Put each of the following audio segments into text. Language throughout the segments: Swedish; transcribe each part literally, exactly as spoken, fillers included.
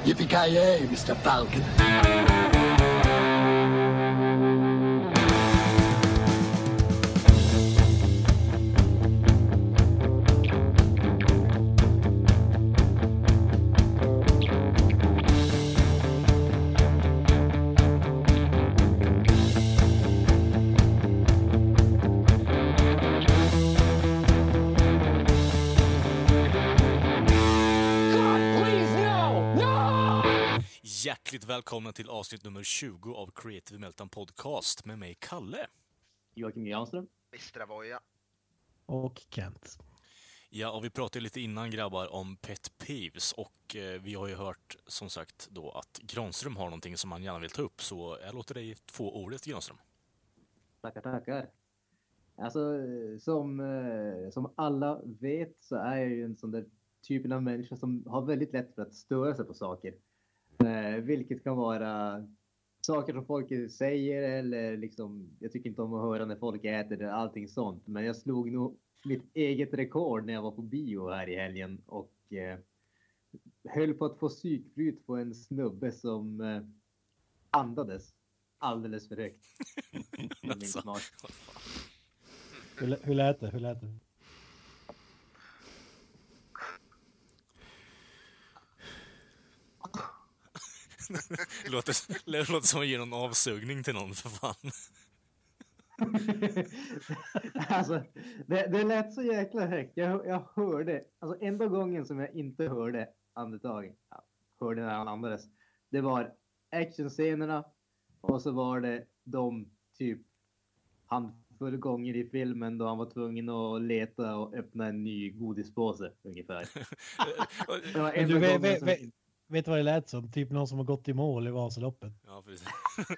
Yippee-ki-yay, mister Falcon. Hjärtligt välkomna till avsnitt nummer tjugo av Creative Meltdown Podcast med mig, Kalle. Joakim Janström. Mistra Voja. Och Kent. Ja, och vi pratade lite innan, grabbar, om pet peeves. Och eh, vi har ju hört, som sagt, då att Granström har någonting som han gärna vill ta upp. Så jag låter dig få ordet, Granström. Tackar, tackar. Alltså, som, som alla vet så är jag ju en sån där typen av människa som har väldigt lätt för att störa sig på saker. Eh, vilket kan vara saker som folk säger eller liksom, jag tycker inte om att höra när folk äter eller allting sånt. Men jag slog nog mitt eget rekord när jag var på bio här i helgen och eh, höll på att få psykbryt på en snubbe som eh, andades alldeles för högt. Alltså. hur, hur lät det? Hur lät det? Det låter, det låter som att ge någon avsugning till någon, för fan. Alltså, det, det lät så jäkla högt. Jag, jag hörde, alltså enda gången som jag inte hörde andetagen, ja, hörde när han andades, det var actionscenerna och så var det de typ handfull gånger i filmen då han var tvungen att leta och öppna en ny godispåse ungefär. Det var enda du vet, gången vet, som... vet, vet du vad det lät som? Typ någon som har gått i mål i Vasaloppet. Ja, precis.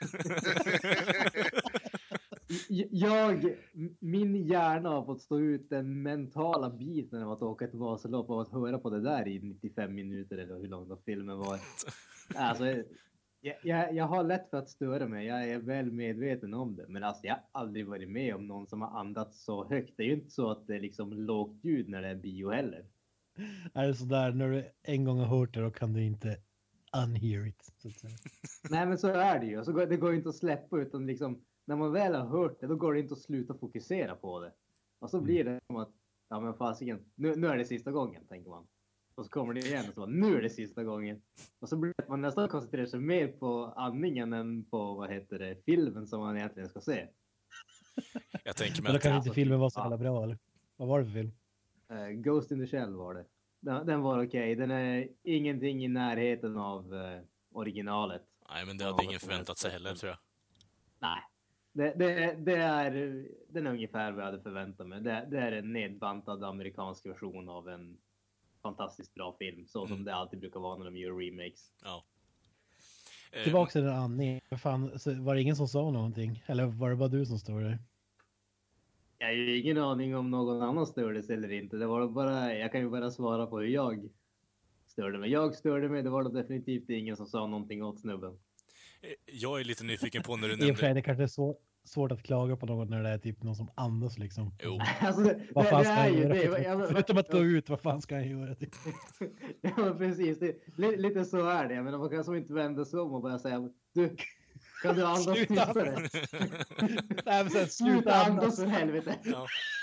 Jag, min hjärna har fått stå ut den mentala biten av att åka ett Vasalopp och att höra på det där i nittiofem minuter eller hur lång då filmen var. Alltså, jag, jag, jag har lätt för att störa mig. Jag är väl medveten om det. Men alltså, jag har aldrig varit med om någon som har andats så högt. Det är ju inte så att det är liksom lågt ljud när det är bio heller. Är det sådär, när du en gång har hört det, då kan du inte unhear it, så att säga. Nej, men så är det ju. Så går, det går inte att släppa, utan liksom, när man väl har hört det, då går det inte att sluta fokusera på det. Och så blir det som att, ja men fasiken, nu, nu är det sista gången, tänker man. Och så kommer det igen och så bara, nu är det sista gången. Och så blir det att man nästan koncentrerar sig mer på andningen än på, vad heter det, filmen som man egentligen ska se. Jag tänker mig Men då att... kan inte filmen vara så jävla bra, eller? Vad var det för film? Uh, Ghost in the Shell var det. Den, den var okej. Okay. Den är ingenting i närheten av uh, originalet. Nej, men det hade ingen förväntat sig heller, tror jag. Nej. Det, det, det är, den är ungefär vad jag hade förväntat mig. Det, det är en nedbantad amerikansk version av en fantastiskt bra film. Så som mm. det alltid brukar vara när de gör remakes. Ja. Tillbaka till den andningen. Fan, var det ingen som sa någonting? Eller var det bara du som stod där? Jag har ju ingen aning om någon annan stördes eller inte. Det var bara, jag kan ju bara svara på hur jag störde mig. Jag störde mig, det var då definitivt ingen som sa någonting åt snubben. Jag är lite nyfiken på när du nämnde... I och för sig, nämnde... det kanske är svår, svårt att klaga på någon när det är typ någon som andas liksom. Jo. Alltså, det, vad fan det, ska det han är göra? ju det. För, Jag, förutom att gå ut, vad fan ska han göra? Typ? Ja, men precis. Det, lite så är det. Men man kan som inte vända sig om och bara säga, du, kan du andas tystare? Nej, men sen, Sluta sluta andas, andas för helvete. Ja.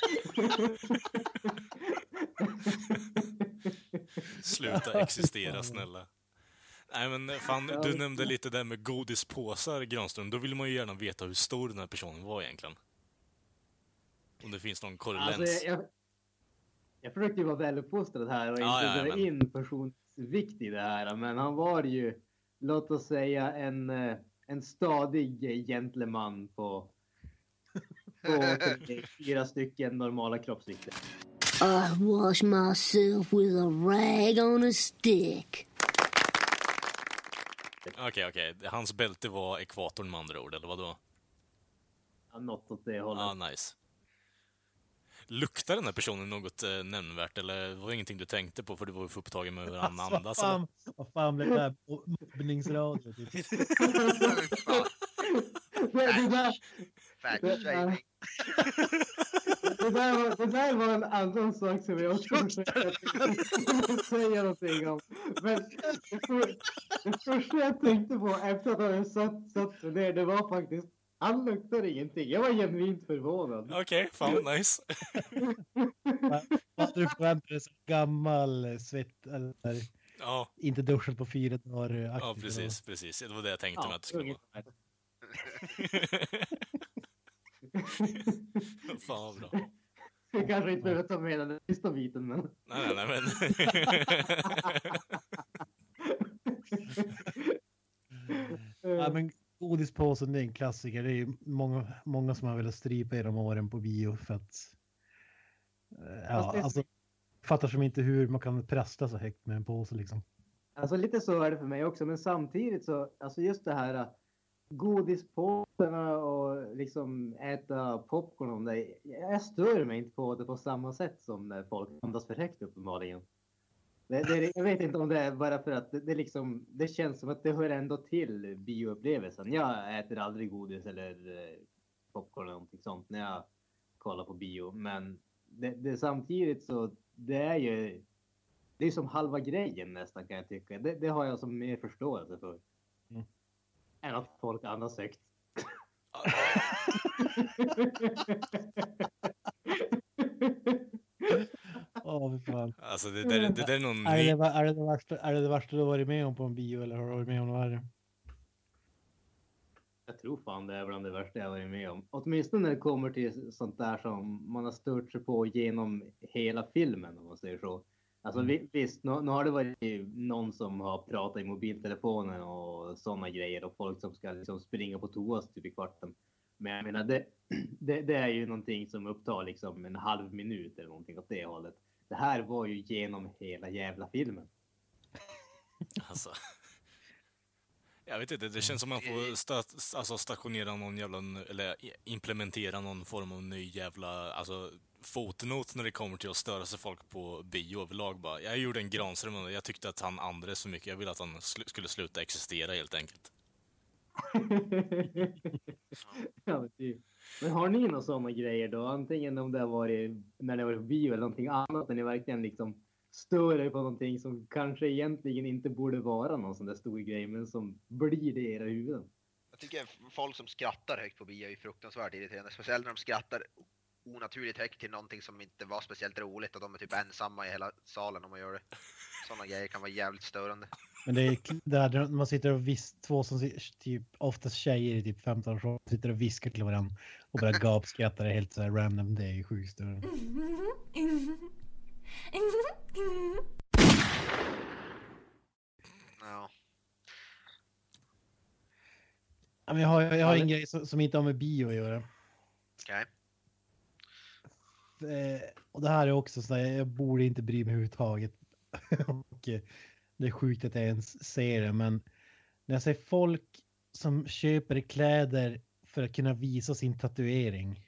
Sluta existera, snälla. Nej, men fan, du nämnde lite där med godispåsar, Granström. Då vill man ju gärna veta hur stor den här personen var egentligen. Om det finns någon korrelens. Alltså, jag, jag, jag försökte ju vara väluppfostrad här och ja, inte ja, dra men... in personsvikt i det här. Men han var ju, låt oss säga, en, en stadig gentleman på, på fyra stycken normala kroppsvikter. I wash myself with a rag on a stick. Okej, okay, okej. Okay. Hans bälte var ekvatorn med andra ord, eller vadå? Ja, något åt det hållet. Ja, ah, nice. Luktar den här personen något eh, nämnvärt, eller var det ingenting du tänkte på för du var för upptagen med hur han andas? Vad fan, vad fan blev det här? Mobbningsradio, typ. det där... Fat-shaming. Det där, var, det där var en annan sak som jag också försökte säga någonting om. Men det, Det första jag tänkte på efter att han satt, satt sig ner, det var faktiskt, han luktar ingenting. Jag var genuint förvånad. Okej, okay, fan nice. Vad du förväntar dig, gammal svett eller ja. Inte duschat på fyra dagar. Ja, precis, då. precis. Det var det jag tänkte ja, mig att det skulle vara. Fan vad bra. Jag kanske inte behöver ta med den sista biten, men... Nej, nej, nej, men... ja, men godispåsen, det är en klassiker. Det är ju många, många som har velat strypa genom åren på bio för att... Ja, alltså... Fattar som inte hur man kan presta så högt med en påse, liksom. Alltså lite så är det för mig också, men samtidigt så... Alltså just det här... Godispåsarna och liksom äta popcorn om det. Jag stör mig inte på det på samma sätt som när folk andas för högt uppenbarligen. Det, det, jag vet inte om det är bara för att det, det, liksom, det känns som att det hör ändå till bioupplevelsen. Jag äter aldrig godis eller popcorn eller någonting sånt när jag kollar på bio. Men det, det, samtidigt så det är ju det är som halva grejen nästan, kan jag tycka. Det, det har jag som mer förståelse för. Mm. Än att folk andas högt. Åh, oh, fan. Alltså det där, det där är någon... Är det, är, det det värsta, är det det värsta du har varit med om på en bio, eller har du varit med om något värre? Jag tror fan det är bland det värsta jag har varit med om. Åtminstone när det kommer till sånt där som man har stört sig på genom hela filmen, om man säger så. Alltså mm. visst, nu, nu har det varit någon som har pratat i mobiltelefonen och sådana grejer och folk som ska liksom springa på toa typ i kvarten. Men jag menar, det, det, det är ju någonting som upptar liksom en halv minut eller någonting åt det hållet. Det här var ju genom hela jävla filmen. Alltså... Jag vet inte, det känns som man får stat, alltså stationera någon jävla, eller implementera någon form av ny jävla, alltså fotnot när det kommer till att störa sig folk på bio överlag bara. Jag gjorde en Granström och jag tyckte att han andades så mycket, jag ville att han sl- skulle sluta existera helt enkelt. Ja, men, typ. Men har ni några sådana grejer då? Antingen om det har varit när det var på bio eller någonting annat, när ni verkligen liksom stör er på någonting som kanske egentligen inte borde vara någon sån där stor grej, men som blir det i era huvuden. Jag tycker folk som skrattar högt på bio är fruktansvärt irriterande. Speciellt när de skrattar onaturligt högt till någonting som inte var speciellt roligt och de är typ ensamma i hela salen om man gör det. Sådana grejer kan vara jävligt störande. Men det är där man sitter och vis, två som typ oftast tjejer i typ femton år sitter och viskar till varandra och bara gapskrattar helt så här random. Det är ju sjukt störande. Ja. Men jag har, jag har en grej som, som inte har med bio att göra. Okej. Okay. Och det här är också så här, jag borde inte bry mig överhuvudtaget. Och det är sjukt att jag ens ser det, men när jag ser folk som köper kläder för att kunna visa sin tatuering.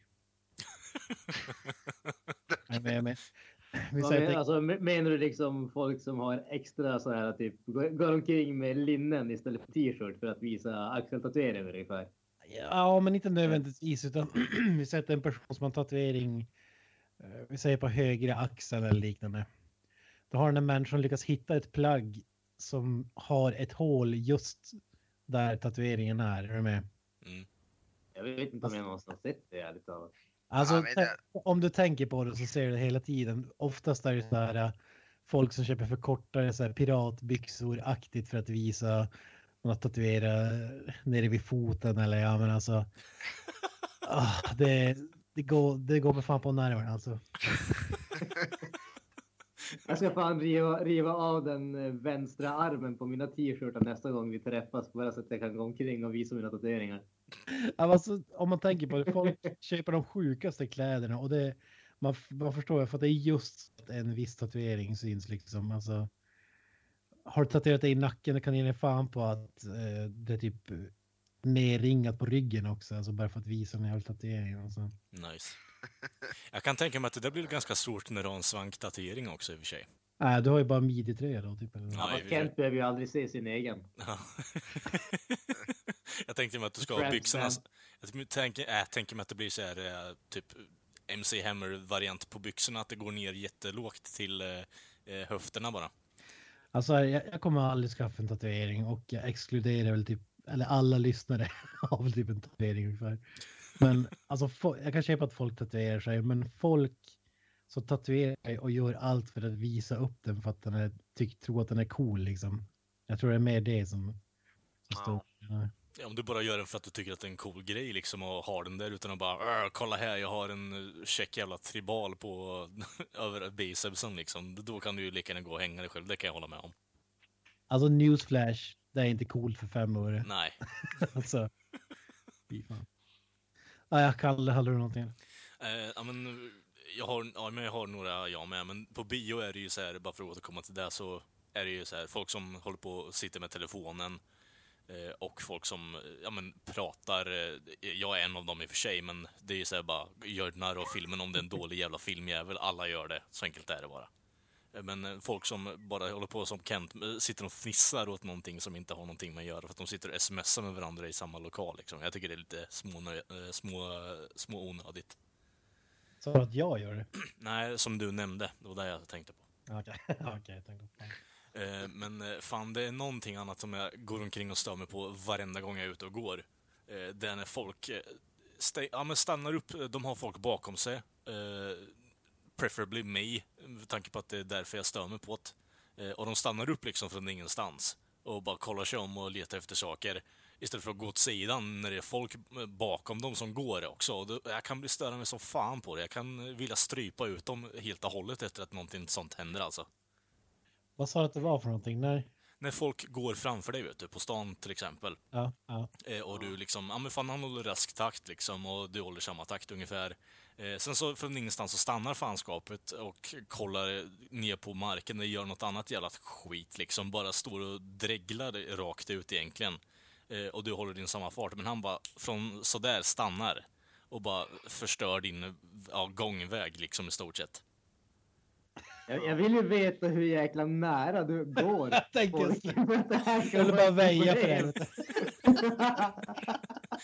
jag men, jag men, vi säger men, alltså, menar du liksom folk som har extra så här typ går omkring med linnen istället för t-shirt för att visa axeltatueringar ungefär? Ja, men inte nödvändigtvis, utan vi sätter en person som har tatuering, vi säger på högra axeln eller liknande. Då har den en människa som lyckas hitta ett plagg som har ett hål just där tatueringen är. Är du med? Mm. Jag vet inte om jag någonstans sett det ärligt talat. Alltså, ja, det... om du tänker på det så ser du det hela tiden. Oftast är det så här uh, folk som köper för kortare så här, piratbyxor-aktigt för att visa något tatuera nere vid foten eller ja, men alltså uh, det, det, går, det går med fan på nerven alltså. Jag ska fan riva, riva av den vänstra armen på mina t-shirtar nästa gång vi träffas bara så att jag kan gå omkring och visa mina tatueringar. Alltså, om man tänker på det, folk köper de sjukaste kläderna och det, man, man förstår för att det är just en viss tatuering syns liksom. Alltså, har du tatuerat dig i nacken, det kan ge dig fan på att eh, det är typ nerringat på ryggen också, alltså bara för att visa en jävla tatuering. Alltså. Nice. Jag kan tänka mig att det där blir ganska stort när du har en svanktatuering också i och för sig. Nej, äh, du har ju bara midjetröja då typ. Eller? Ja, men Kent behöver ju aldrig se sin egen. Ja. Jag tänkte mig att du ska ha byxorna. Jag tänker, äh, tänker mig att det blir så här typ M C Hammer-variant på byxorna, att det går ner jättelågt till eh, höfterna bara. Alltså jag, jag kommer aldrig skaffa en tatuering och jag exkluderar väl typ, eller alla lyssnare har väl typ en tatuering ungefär. Men alltså fo- jag kan köpa att folk tatuerar sig, men folk som tatuerar sig och gör allt för att visa upp den för att den är, tyck, tror att den är cool liksom. Jag tror det är mer det som, som står. Ja. Ja, om du bara gör den för att du tycker att det är en cool grej liksom och har den där utan att bara "Åh, kolla här, jag har en eh, check jävla tribal på över bicepsen liksom. Då kan du ju lika gärna gå och hänga dig själv, det kan jag hålla med om. Alltså newsflash, det är inte coolt för fem år. Nej. Alltså, fy fan. Ja, jag kallar hade du någonting. Eh, ja, men jag har, ja, men jag har några jag med, men på bio är det ju så här, bara för att återkomma till det, så är det ju så här, folk som håller på och sitter med telefonen eh, och folk som, ja men pratar, eh, jag är en av dem i och för sig, men det är ju så här bara, gör narr av filmen om det är en dålig jävla filmjävel, alla gör det, så enkelt är det bara. Eh, Men eh, folk som bara håller på som Kent, eh, sitter och fnissar åt någonting som inte har någonting med att göra, för att de sitter och smsar med varandra i samma lokal liksom. Jag tycker det är lite små, eh, små, små onödigt. Så att jag gör det. Nej, som du nämnde. Det var det jag tänkte på. Okej, okej, jag tänkte på. Eh, men eh, fan, det är någonting annat som jag går omkring och stör mig på varenda gång jag är ute och går. Eh, det är när folk eh, sta- ja, men stannar upp. De har folk bakom sig. Eh, preferably mig, med tanke på att det är därför jag stör mig på det. Eh, och de stannar upp liksom från ingenstans och bara kollar sig om och letar efter saker. Istället för att gå åt sidan när det är folk bakom dem som går också. Och då, jag kan bli störande mig som fan på det. Jag kan vilja strypa ut dem helt och hållet efter att någonting sånt händer alltså. Vad sa du att det var för någonting? När? När folk går framför dig, vet du, på stan till exempel. Ja, ja. Eh, och du liksom, ja men fan han håller rask takt liksom och du håller samma takt ungefär. Eh, sen så från ingenstans så stannar fanskapet och kollar ner på marken och gör något annat jävla skit liksom. Bara står och dreglar rakt ut egentligen. Eh, och du håller din samma fart. Men han bara från sådär stannar och bara förstör din ja, gångväg liksom i stort sett. Jag, jag vill ju veta hur jäkla nära du går. Jag tänkte folk. jag- För att det här Jag kan skulle vara bara ett väja för problem. det.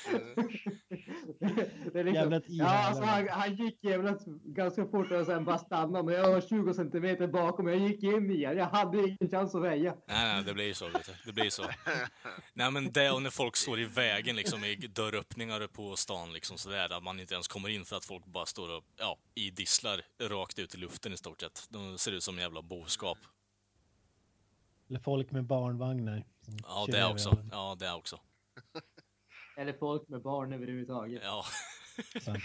Det är liksom, Jävligt ja, alltså, han, han gick jävligt ganska fort och sen bara stannade. Men jag var tjugo centimeter bakom. Jag gick in i han. Jag hade ingen chans att väja. Nej, nej, det blir ju så, vet du. Det blir så. Nej, men det och när folk står i vägen liksom i dörröppningar på stan liksom sådär, att man inte ens kommer in för att folk bara står och, ja, idisslar rakt ut i luften i stort sett. De ser ut som en jävla boskap. Eller folk med barnvagnar. som Ja, kör det över också. alla. Ja, det också. Eller folk med barn överhuvudtaget. Ja. Sant.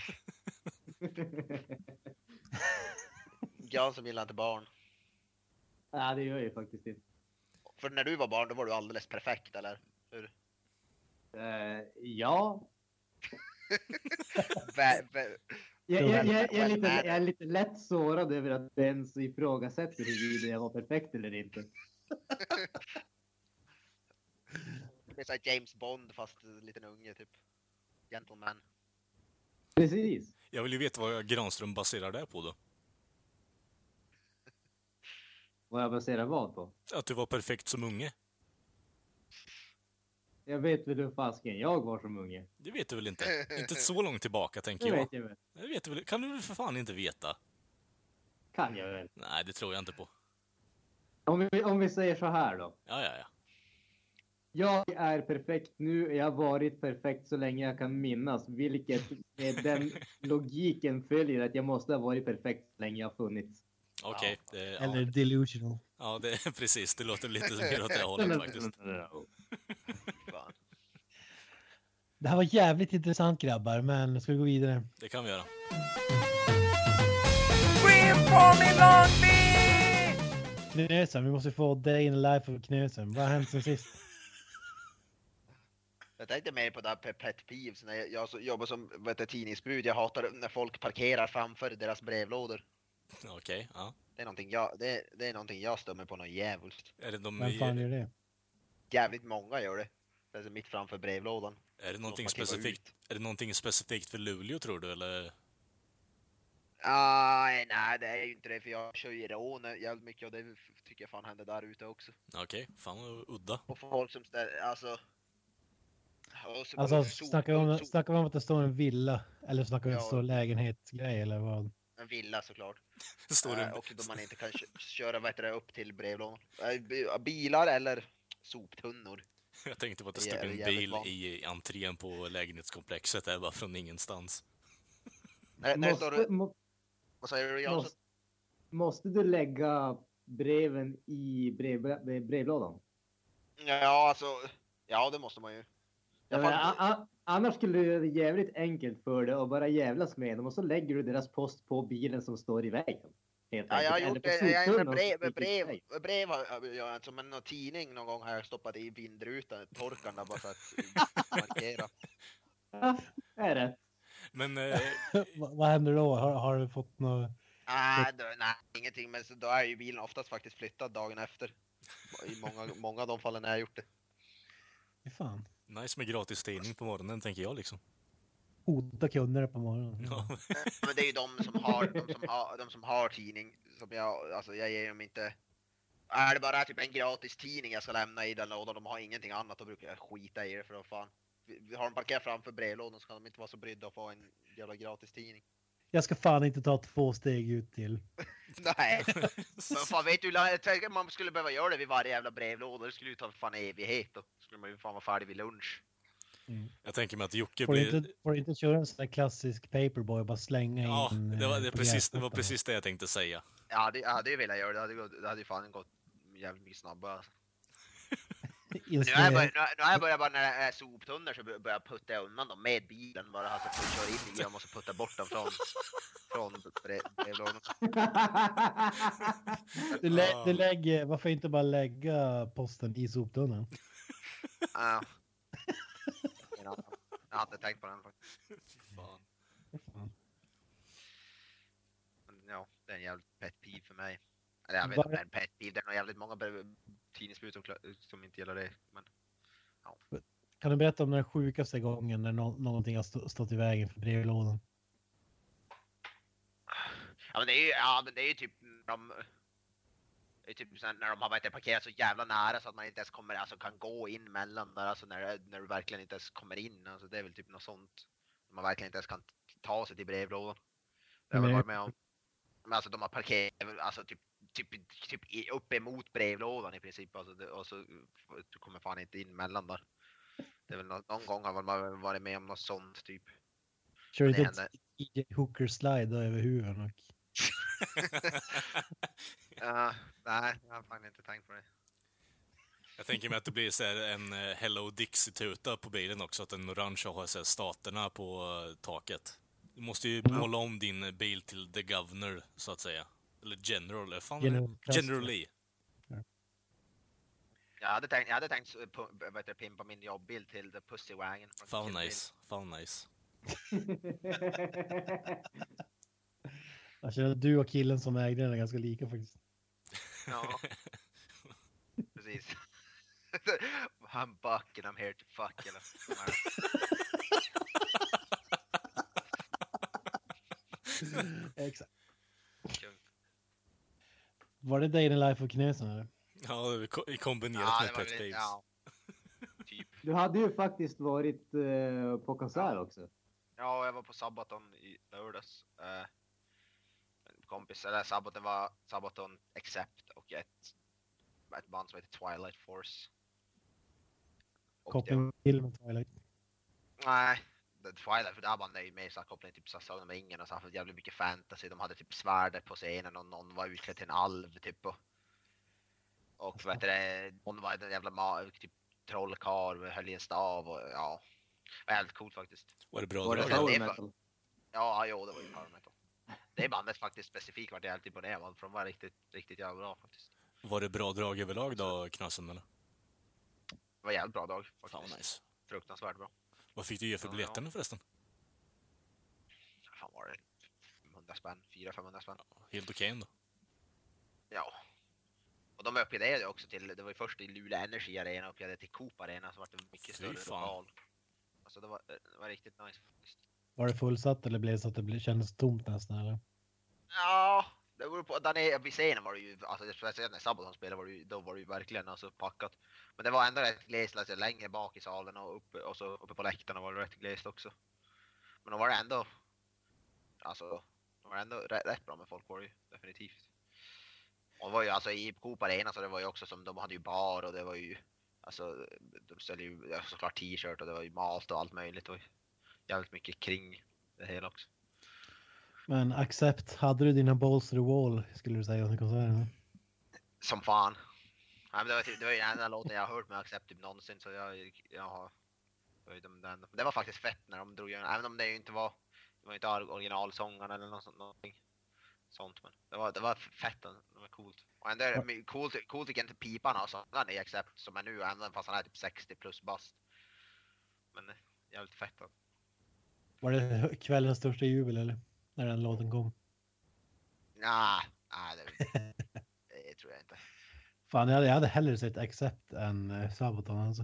Jag som gillar inte barn. Ja, det gör jag ju faktiskt inte. För när du var barn då var du alldeles perfekt, eller? Hur? Eh, ja. Vä, vä, Jag, jag, jag, jag, är lite, jag är lite lätt sårad över att du ens ifrågasätter huruvida jag var perfekt eller inte. det är så här James Bond fast en liten unge typ. Gentleman. Precis. Jag vill ju veta vad Granström baserar det på då. Vad jag baserar vad på? Att du var perfekt som unge. Jag vet väl hur fasken jag var som unge. Det vet du väl inte? Inte så långt tillbaka, tänker Det jag. vet jag väl. Det vet du väl? Kan du väl för fan inte veta? Kan jag väl. Nej, det tror jag inte på. Om vi, om vi säger så här då. Ja, ja, ja. Jag är perfekt nu. Jag har varit perfekt så länge jag kan minnas. Vilket med den logiken följer att jag måste ha varit perfekt så länge jag har funnits. Okej. det- Ja. Eller delusional. Ja, det är precis. Det låter lite mer åt det hållet faktiskt. Fan. Det här var jävligt intressant grabbar, men ska vi gå vidare? Det kan vi göra. Knösen, vi måste få Day in the life of Knösen. Vad har hänt sen sist? Jag tänkte mer på det här pe- pet peeves när jag, jag så- jobbar som vad heter, tidningsbud. Jag hatar när folk parkerar framför deras brevlådor. Okej, ja. Det är någonting jag, det, det är någonting jag stämmer på något jävligt. Är det, de, Vem fan gör det? Jävligt många gör det. Det är mitt framför brevlådan. är det någonting Låt man kliva specifikt? ut. Är det någonting specifikt för Luleå, tror du, eller? Ah, nej, det är ju inte det för jag kör ju rån jävligt mycket och det tycker jag fan händer där ute också. Okej, fan vad udda. Och folk som ställer, alltså... och så Alltså sopor- snackar vi, om, sop- snackar vi om att det står en villa? Eller snackar vi om att det Ja. står lägenhetsgrej eller vad? En villa såklart. Står det Eh, och då man inte kan kö- köra vad heter det, upp till brevlådan. Eh, bi- bilar eller soptunnor. Jag tänkte på att det Det är stod en jävligt bil van. i entrén på lägenhetskomplexet där bara från ingenstans. När, när det står, Måste, må, vad säger du Jansson? måste, måste du lägga breven i brev, brev, brevlådan? Ja, alltså, ja det måste man ju. Ja, Jag men, fan, a, a, annars skulle du göra det jävligt enkelt för dig och bara jävlas med dem och så lägger du deras post på bilen som står i vägen. Helt ja, jag har enkelt. gjort Eller på det, jag har soptunnan brev, som sticker i brev, vägen. brev har jag inte, som en någon tidning någon gång har jag stoppat i vindrutan, torkan där bara för att markera. Ja, är det. Men eh, vad, vad händer då? Har, har du fått något? Nej, då, nej, ingenting, men så då är ju bilen oftast faktiskt flyttad dagen efter. I många, många av de fallen har jag gjort det. Fy fan. nice med gratis tidning på morgonen, tänker jag liksom. Hota kunder på morgonen. Ja. Men det är ju de som har, de som har, de som har tidning som jag, alltså jag ger dem inte. Är det bara typ en gratis tidning jag ska lämna i den lådan, de har ingenting annat, då brukar jag skita i det för då fan. Vi har de parkerat framför brevlådan så kan de inte vara så brydda att få en jävla gratis tidning. Jag ska fan inte ta två steg ut till. Nej, men fan vet du, jag tänker att man skulle behöva göra det vid varje jävla brevlåda, det skulle ju ta fan evighet då. Skulle man ju fan vara färdig vid lunch. Jag tänker mig att Jocke Får du blir... inte, får du inte köra en sån där klassisk paperboy och bara slänga Ja, in? det var, eh, det, på precis, det var gräsmattan? precis det jag tänkte säga. Jag hade, jag hade ju velat göra det, det hade, gått, det hade ju fan gått jävligt mycket snabbare. Alltså. Nu har jag börjat, nu har- nu har jag börjat bara när det är soptunnor så börjar jag putta undan dem med bilen bara, alltså för att köra in i dem och så putta bort dem från, från brev- brevlådan. Du, lä, du lägger, varför inte bara lägga posten i soptunnan? Ja. Ingen aning. Jag har inte tänkt på den faktiskt. Fan. Fan. Men ja, det är en jävligt pet peeve för mig. Eller jag vet Var- inte om det är en pet peeve, det är nog jävligt många brev- tidningsbud som, kla- som inte gillar det. Men Kan du berätta om den sjukaste gången när nå- någonting har stå, stått i vägen för brevlådan? ja, men det är ju, ja, men det är ju typ när de, det är typ så här när de har varit parkerat så jävla nära så att man inte ens kommer, alltså kan gå in mellan där, alltså när, när du verkligen inte ens kommer in, alltså det är väl typ något sånt. Man verkligen inte ens kan ta sig till brevlådan. Det har jag Nej. varit med om. Men alltså de har parkerat, alltså typ, typ, typ i- upp emot brevlådan i princip, alltså det, och så du kommer fan inte in mellan där. Det är väl någon, någon gång har man varit med om något sånt typ. Kör du Det inte händer. ett T J Hooker slide då över huvudet? Och... Uh, nej, jag har fan inte tänkt på det. Jag tänker mig att det blir så här en eh, Hello Dixie-tuta på bilen också, att den orange har så här staterna på eh, taket. Du måste ju måla om din bil till The Governor, så att säga. Eller General, eller fan General Custer. General Lee. Jag hade tänkt, jag hade tänkt uh, pu- vad heter det, pimpa min jobbbil till The Pussy Wagon. från Fan Kill Bill. nice, fan nice. Jag känner att du och killen som ägde den är ganska lika faktiskt. Ja, precis. I'm buck and I'm here to fuck. Eller, de här. Exakt. Kung. Var det Day in the Life of Knesen eller? Ja, det är ko- kombinerat Ja, det med var Pet väl- Babes. ja, typ. Du hade ju faktiskt varit eh, på konsert också. Ja, jag var på Sabaton i lördags. Uh, en kompis, eller Sabaton var Sabaton Accept och ett, ett band som heter Twilight Force. Och det, Koppling till med Twilight. nej, The Twilight, för det här bandet är ju mer så här koppling till typ Sagan om ringen och så här, för jävligt mycket fantasy. De hade typ svärdet på scenen och någon var utklädd till en alv typ. Och, och vad heter det, någon var en jävla ma- typ trollkarl och höll i en stav och ja. Det var helt coolt faktiskt. Var det bra Var det drag? Ja, power det är metal? Ja, jo, det var ju power metal. Det bandet faktiskt specifikt var jag helt imponerad av, för de var riktigt, riktigt jävla bra faktiskt. Var det bra drag överlag då, Knassen, eller? Det var jävligt bra dag faktiskt. Fan vad nice. Fruktansvärt bra. Vad fick du ge för Ja, biljetterna förresten? Vad fan var det? femhundra spänn, fyra femhundra spänn. Helt okej ändå. Ja. Och de uppgraderade också till, det var ju först i Luleå Energy Arena, uppgraderade till Coop Arena, så var det mycket Fy större fan. lokal. Alltså det var, det var riktigt nice faktiskt. Var det fullsatt eller blev det så att det blev- kändes tomt nästan eller? Ja, det beror på, där nere vid scenen var det ju, alltså speciellt när Sabaton spelade var det ju, då var det ju verkligen alltså packat. Men det var ändå rätt glest, alltså längre bak i salen och uppe, och så uppe på läktarna var det rätt glest också. Men då var det ändå, alltså, var ändå rätt, rätt bra med folk var det ju, definitivt. Och det var ju alltså i Coop Arena så det var ju också som de hade ju bar och det var ju alltså de ställde ju såklart t-shirt och det var ju mat och allt möjligt och jävligt mycket kring det hela också. Men Accept, hade du dina balls to the wall skulle du säga under konserten? Som fan. Ja, men det, var typ, det var ju den enda låten jag har hört med Accept typ någonsin så jag, jag har höjt dem den. Det var faktiskt fett när de drog, även om det ju inte var det var inte originalsångarna eller något sånt, någonting sånt men det var, det var fett, det var coolt. Och ändå är det coolt, coolt tycker inte pipan har sångarna i Accept som är nu även fast han är typ sextio plus bast. Men jävligt fett då. Var det kvällens största jubel eller? När den låten kom? Nah, nej, det, det tror jag inte. Fan, jag hade, jag hade hellre sett Accept än uh, Sabaton alltså.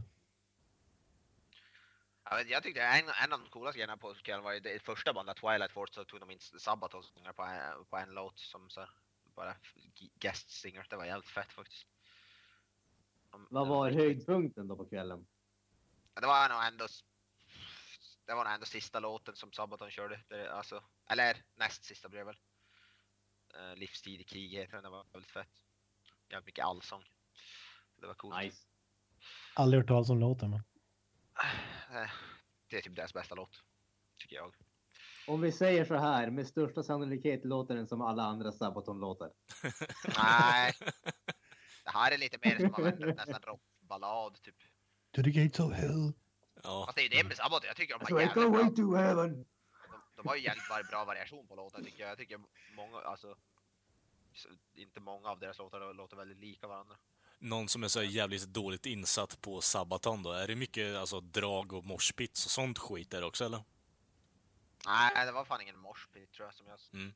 Ja, jag tyckte en, en av de coolaste grejerna på kvällen var ju det första bandet Twilight Force så tog de in Sabaton på en, på en låt som så bara guest singer. Det var jävligt fett faktiskt. De, Vad var höjdpunkten då på kvällen? Det var nog ändå det var nog ändå sista låten som Sabaton körde. Det, alltså, eller näst sista blev väl. Uh, Livstid i krig heter den. Det var väldigt fett. Jävligt mycket allsång. Det var coolt. Nice. Aldrig hört talas om låten men. Det är typ deras bästa låt, tycker jag. Om vi säger så här, med största sannolikhet låter den som alla andra Sabaton-låtar. Nej. Det här är lite mer som man väntar nästan rockballad typ. To the gates of hell. Ja. Fast det är ju det med Sabaton, jag tycker de har So I jävligt go bra. way to heaven. De, de har ju jävligt bra variation på låtar tycker jag. Jag tycker många, alltså inte många av deras låtar låter väldigt lika varandra. Någon som är så jävligt dåligt insatt på Sabaton då? Är det mycket alltså drag och moshpits och sånt skit där också eller? Nej, det var fan ingen moshpit tror jag som jag... Mm.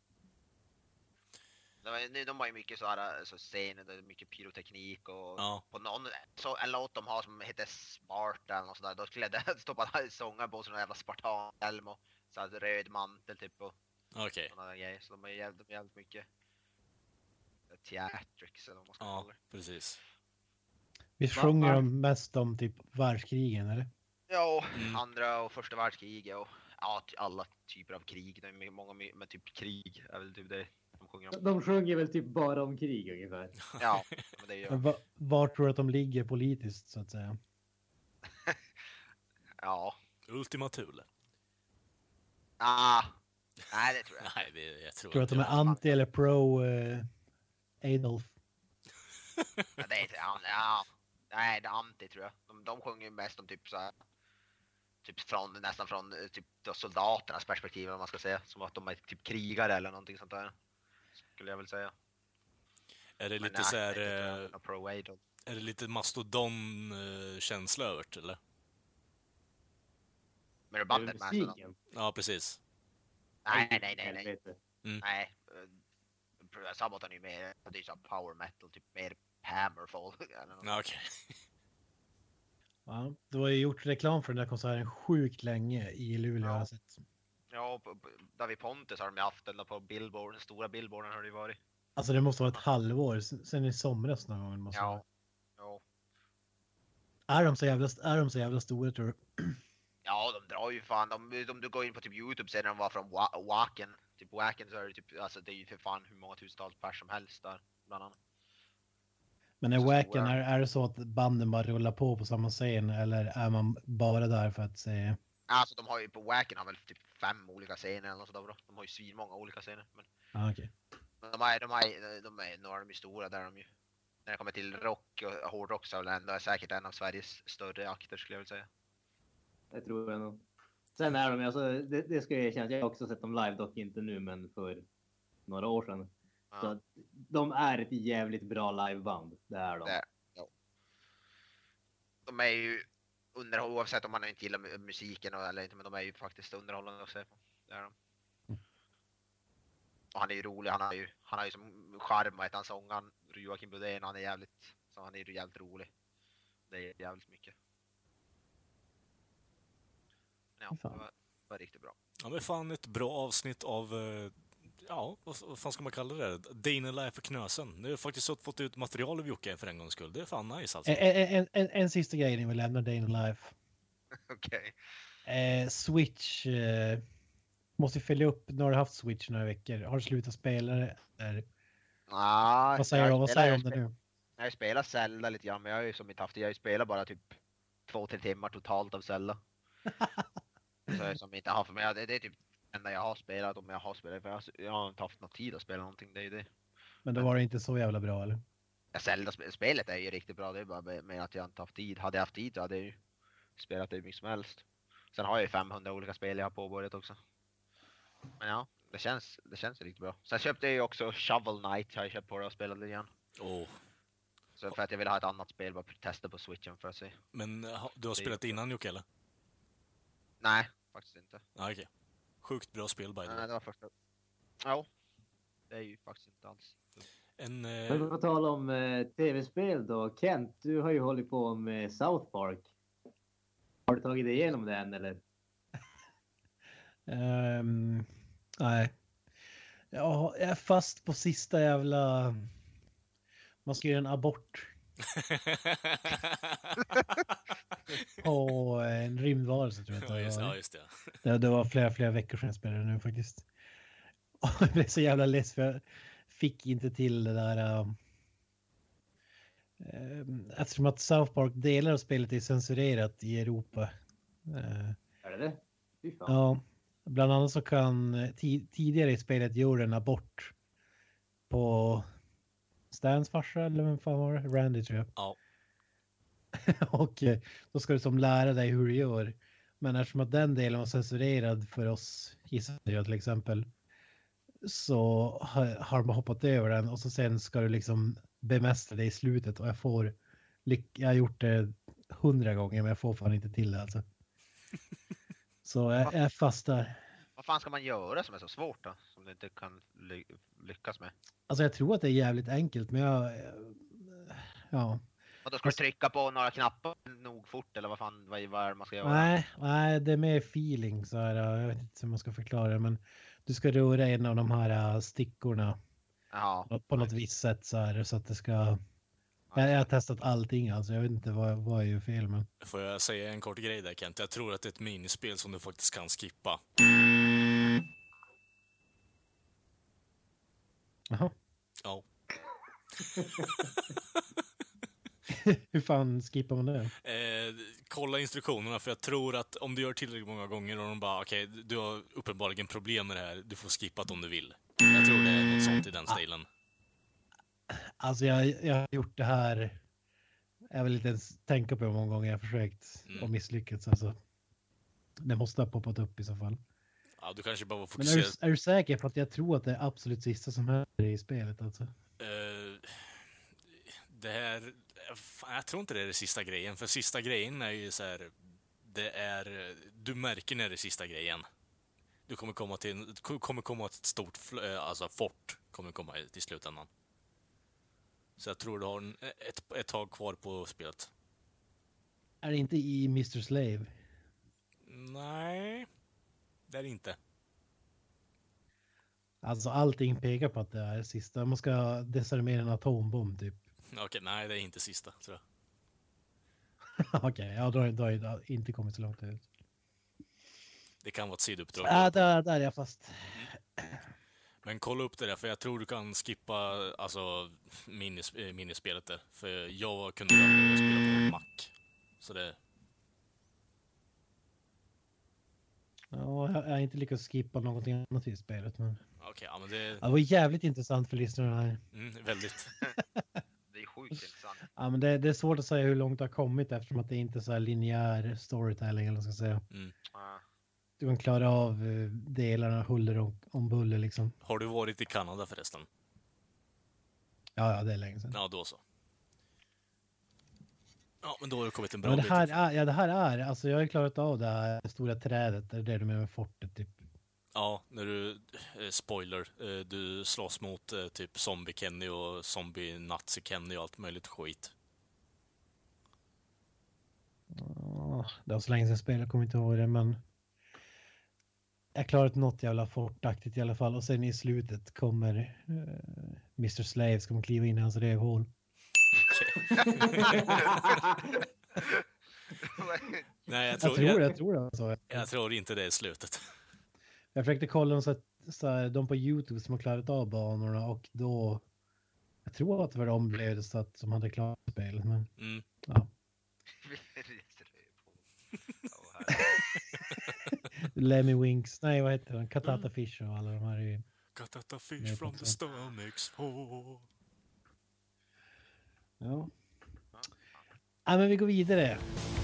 De, var, de har ju mycket så här så scener, det är mycket pyroteknik och Ja. på någon så en låt de har som heter Sparta eller något sådär, då skulle det stå på sångar på sån jävla spartanhjälm och så här röd mantel typ och Okej. Okay. sådana där grejer. Så de har jävligt, jävligt mycket theatrics eller vad man ska kalla Ja, det. precis. Vi sjunger de mest om typ världskrigen eller? Ja, Mm. andra och första världskriget och ja, alla typer av krig. Det är många med typ krig är väl typ det de sjunger om. De sjunger väl typ bara om krig ungefär. Ja, men det är ju... Men va, var tror du att de ligger politiskt så att säga? Ja. Ultima Thule. Ah, nej det tror jag inte. Nej, det, jag tror Tror du att inte de är jag. anti eller pro eh, Adolf? Ja, det är inte, ja, ja, nej det är anti tror jag. De, de sjunger mest om typ så här, typ från, nästan från typ då soldaternas perspektiv om man ska säga. Som att de är typ krigare eller någonting sånt där. Skulle jag väl säga. Är det Men lite nej, så här, inte tror jag eh, någon pro Adolf. är det lite mastodon-känsla över det, eller? Men det Är det bandet med sådana. musiken? Ja, precis. Nej, nej, nej, nej. Helvete. Mm. Nej. eh, Sabaton är ju mer, det är så power metal, typ mer Hammerfall. eller något. Ja, okej. Ja, det var ju gjort reklam för den där konserten sjukt länge i Luleå Ja. har jag sett. Ja, på, på, David Pontus har de ju haft den där på Billboard, den stora Billboarden har det ju varit. Alltså det måste vara ett halvår sen- sen i somras någon gång. Måste det Ja. vara. Ja. Är de så jävla, är de så jävla stora tror du? Ja, de drar ju fan. De, om du går in på typ Youtube ser de var från Wa- Wacken. Typ Wacken så är det typ, alltså det är ju för fan hur många tusentals pers som helst där. Bland annat. Men är Så Wacken, stora. är, är det så att banden bara rullar på på samma scen eller är man bara där för att se? Alltså de har ju på Wacken har väl typ fem olika scener eller något sådär bra. De har ju svin många olika scener. Men, Ah, okej. men de är, de är, de är, några av dem är stora där de ju. När det kommer till rock och hårdrock så är det ändå säkert en av Sveriges större akter skulle jag vilja säga. Det tror jag nog. Sen är de, alltså, det, det ska jag erkänna, jag har också sett dem live, dock inte nu men för några år sedan. Ja. Så att de är ett jävligt bra liveband, det är de. Det, ja. De är ju underhållande oavsett om man inte gillar mu- musiken och- eller inte, men de är ju faktiskt underhållande att se på. Det är de. Mm. Och han är ju rolig, han har ju, han har ju som charm, vad heter han, sångaren Joakim Budén, han är jävligt, så han är ju jävligt rolig. Det är jävligt mycket. Ja, det Fan. var, var riktigt bra. Ja, men fan ett bra avsnitt av, eh, ja, vad, vad fan ska man kalla det? Dana Life för Knösen. Det är faktiskt så att fått ut material av Jocke för en gångs skull. Det är fan nice alltså. En, en, en, en sista grej innan vi lämnar Day in Life. Okej. Eh, Switch. Eh, Måste följa upp när du har haft Switch några veckor. Har du slutat spela det? Eller, Ah, vad säger du vad säger du om det nu? Jag har ju spelat Zelda lite grann, men jag har ju som inte haft det. Jag har ju spelat bara typ två, tre timmar totalt av Zelda. Så jag som inte har för mig. Det, det är typ det enda jag har spelat om jag har spelat. För jag, jag har inte haft någon tid att spela någonting. Det är ju det. Men då var det inte så jävla bra eller? Ja, Zelda-spelet är ju riktigt bra. Det är bara med att jag inte haft tid. Hade jag haft tid så hade jag ju spelat det mycket som helst. Sen har jag ju femhundra olika spel jag har påbörjat också. Men ja, det känns, det känns riktigt bra. Sen köpte jag ju också Shovel Knight. Har jag köpt på det och spelat lite grann. Oh. Så för att jag vill ha ett annat spel, bara testa på Switchen för att se. Men ha, du har spelat innan Jocke eller? Nej, faktiskt inte. Ah, okej. Okay. Sjukt bra spel by the way. Nej, det var första. Ja, det är ju faktiskt inte alls. En, Men eh... på tal om eh, tv-spel då. Kent, du har ju hållit på med South Park. Har du tagit dig igenom den eller? Um, nej. Jag är fast på sista jävla... Man ska göra en abort. På en rymdvarelse tror jag. Ja, just, ja, just det. det. Det var flera, flera veckor sedan jag spelade nu faktiskt. Och jag blev så jävla less för jag fick inte till det där... Uh, eftersom att South Park delar av spelet är censurerat i Europa. Uh, är det det? Fy fan. Ja. Bland annat så kan t- tidigare i spelet gjorde en abort på Stans farsa eller vem fan var det? Randy tror jag. Ja. Och då ska du som lära dig hur du gör. Men eftersom att den delen var censurerad för oss gissar jag till exempel så har man hoppat över den och så sen ska du liksom bemästra det i slutet och jag får jag har gjort det hundra gånger men jag får fan inte till det alltså. Så jag är fast där. Vad fan ska man göra som är så svårt då? Som du inte kan ly- lyckas med? Alltså jag tror att det är jävligt enkelt men jag... Ja. Och då ska du trycka på några knappar nog fort eller vad fan vad, vad är det man ska göra? Nej, nej, det är mer feeling så här. Jag vet inte hur man ska förklara det men du ska röra en av de här stickorna. Jaha. På något visst sätt så här så att det ska... Jag, jag har testat allting alltså. Jag vet inte vad, vad jag gör fel men... Får jag säga en kort grej där Kent? Jag tror att det är ett minispel som du faktiskt kan skippa. Jaha. Ja. Hur fan skippar man det? Eh, kolla instruktionerna för jag tror att om du gör tillräckligt många gånger och de bara okej, okay, du har uppenbarligen problem med det här. Du får skippa det om du vill. Jag tror det är något sånt i den stilen. Alltså jag, jag har gjort det här. Jag vill inte ens tänka på hur många gånger jag har försökt mm. och misslyckats. Alltså, det måste ha poppat upp i så fall. Ja, du kanske bara var Men är fokuserad. du, är du säker på att jag tror att det är absolut sista som händer i spelet alltså? Uh, det här... Fan, jag tror inte det är det sista grejen. För sista grejen är ju så här... Det är... Du märker när det är sista grejen. Du kommer komma till... kommer komma till ett stort... Alltså fort kommer komma till slutändan. Så jag tror du har en, ett, ett tag kvar på spelet. Är det inte i mister Slave? Nej, det är det inte. Alltså allting pekar på att det är sista. Man ska desarmera en atombomb typ. Okej, nej det är inte sista tror jag. Okej, okay, ja då har jag, då har jag inte kommit så långt ut. Det kan vara ett sidouppdrag. Ja, där, där är jag fast. Mm. Men kolla upp det där, för jag tror du kan skippa alltså, minis, minispelet där. För jag kunde aldrig spela på Mac. Så det... Ja, jag har inte lyckats skippa någonting annat i spelet. Men... Okej, ja men det... det var jävligt intressant för lyssnarna här. Mm, väldigt. Det är sjukt intressant. Ja, men det, det är svårt att säga hur långt det har kommit eftersom att det inte är så här linjär storytelling eller vad ska jag säga. Mm. Ah. Du kan klara av delarna huller om, om buller liksom. Har du varit i Kanada förresten? Ja, ja, det är länge sedan. Ja, då så. Ja, men då har det kommit en bra ja, det bit. här är, ja, det här är, alltså jag har klarat av det här stora trädet, det är det du menar med fortet typ. Ja, när du, eh, spoiler, eh, du slåss mot eh, typ zombie-Kenny och zombie-nazi-Kenny och allt möjligt skit. Ja, det var så länge sedan spel, jag kommer inte ihåg det, men jag klarat något jävla fortaktigt i alla fall och sen i slutet kommer uh, mister Slave, ska man kliva in i hans rövhål. Nej, jag Jag tror, tror, jag, jag tror det. Alltså. jag tror inte det är slutet. Jag försökte kolla dem så att så här, de på YouTube som har klarat av banorna och då jag tror att det var de blev det så att som hade klarat spelet men Mm. ja. Lemmy Winks, nej vad heter den? Katata Fish och alla de här är ju... Katata fish from the stomach's hole. Ja. Ja men vi går vidare.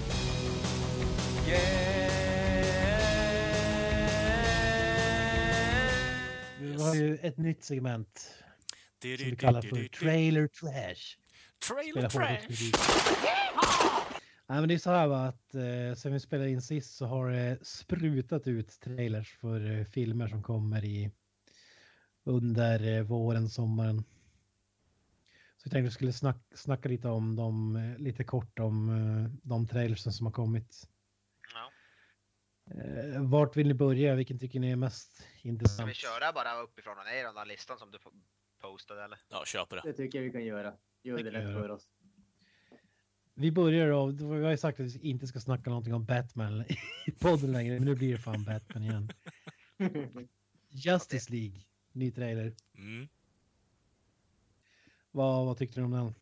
Vi har ju ett nytt segment som vi kallar för Trailer Trash. Trailer Trash! Ja, men det är så här va, att eh, sen vi spelade in sist så har det sprutat ut trailers för eh, filmer som kommer i under eh, våren, sommaren. Så jag tänkte att vi skulle snack, snacka lite om dem, eh, lite kort om eh, de trailers som har kommit. Ja. Eh, vart vill ni börja? Vilken tycker ni är mest intressant? Ska vi köra bara uppifrån och ner den där listan som du postade eller? Ja, köper det. Det tycker jag vi kan göra. Gör det kan lätt jag för göra. oss. Vi börjar då, vi har ju sagt att vi inte ska snacka någonting om Batman i podden längre, men nu blir det fan Batman igen. Justice League, ny trailer. Mm. Vad, vad tyckte du om den?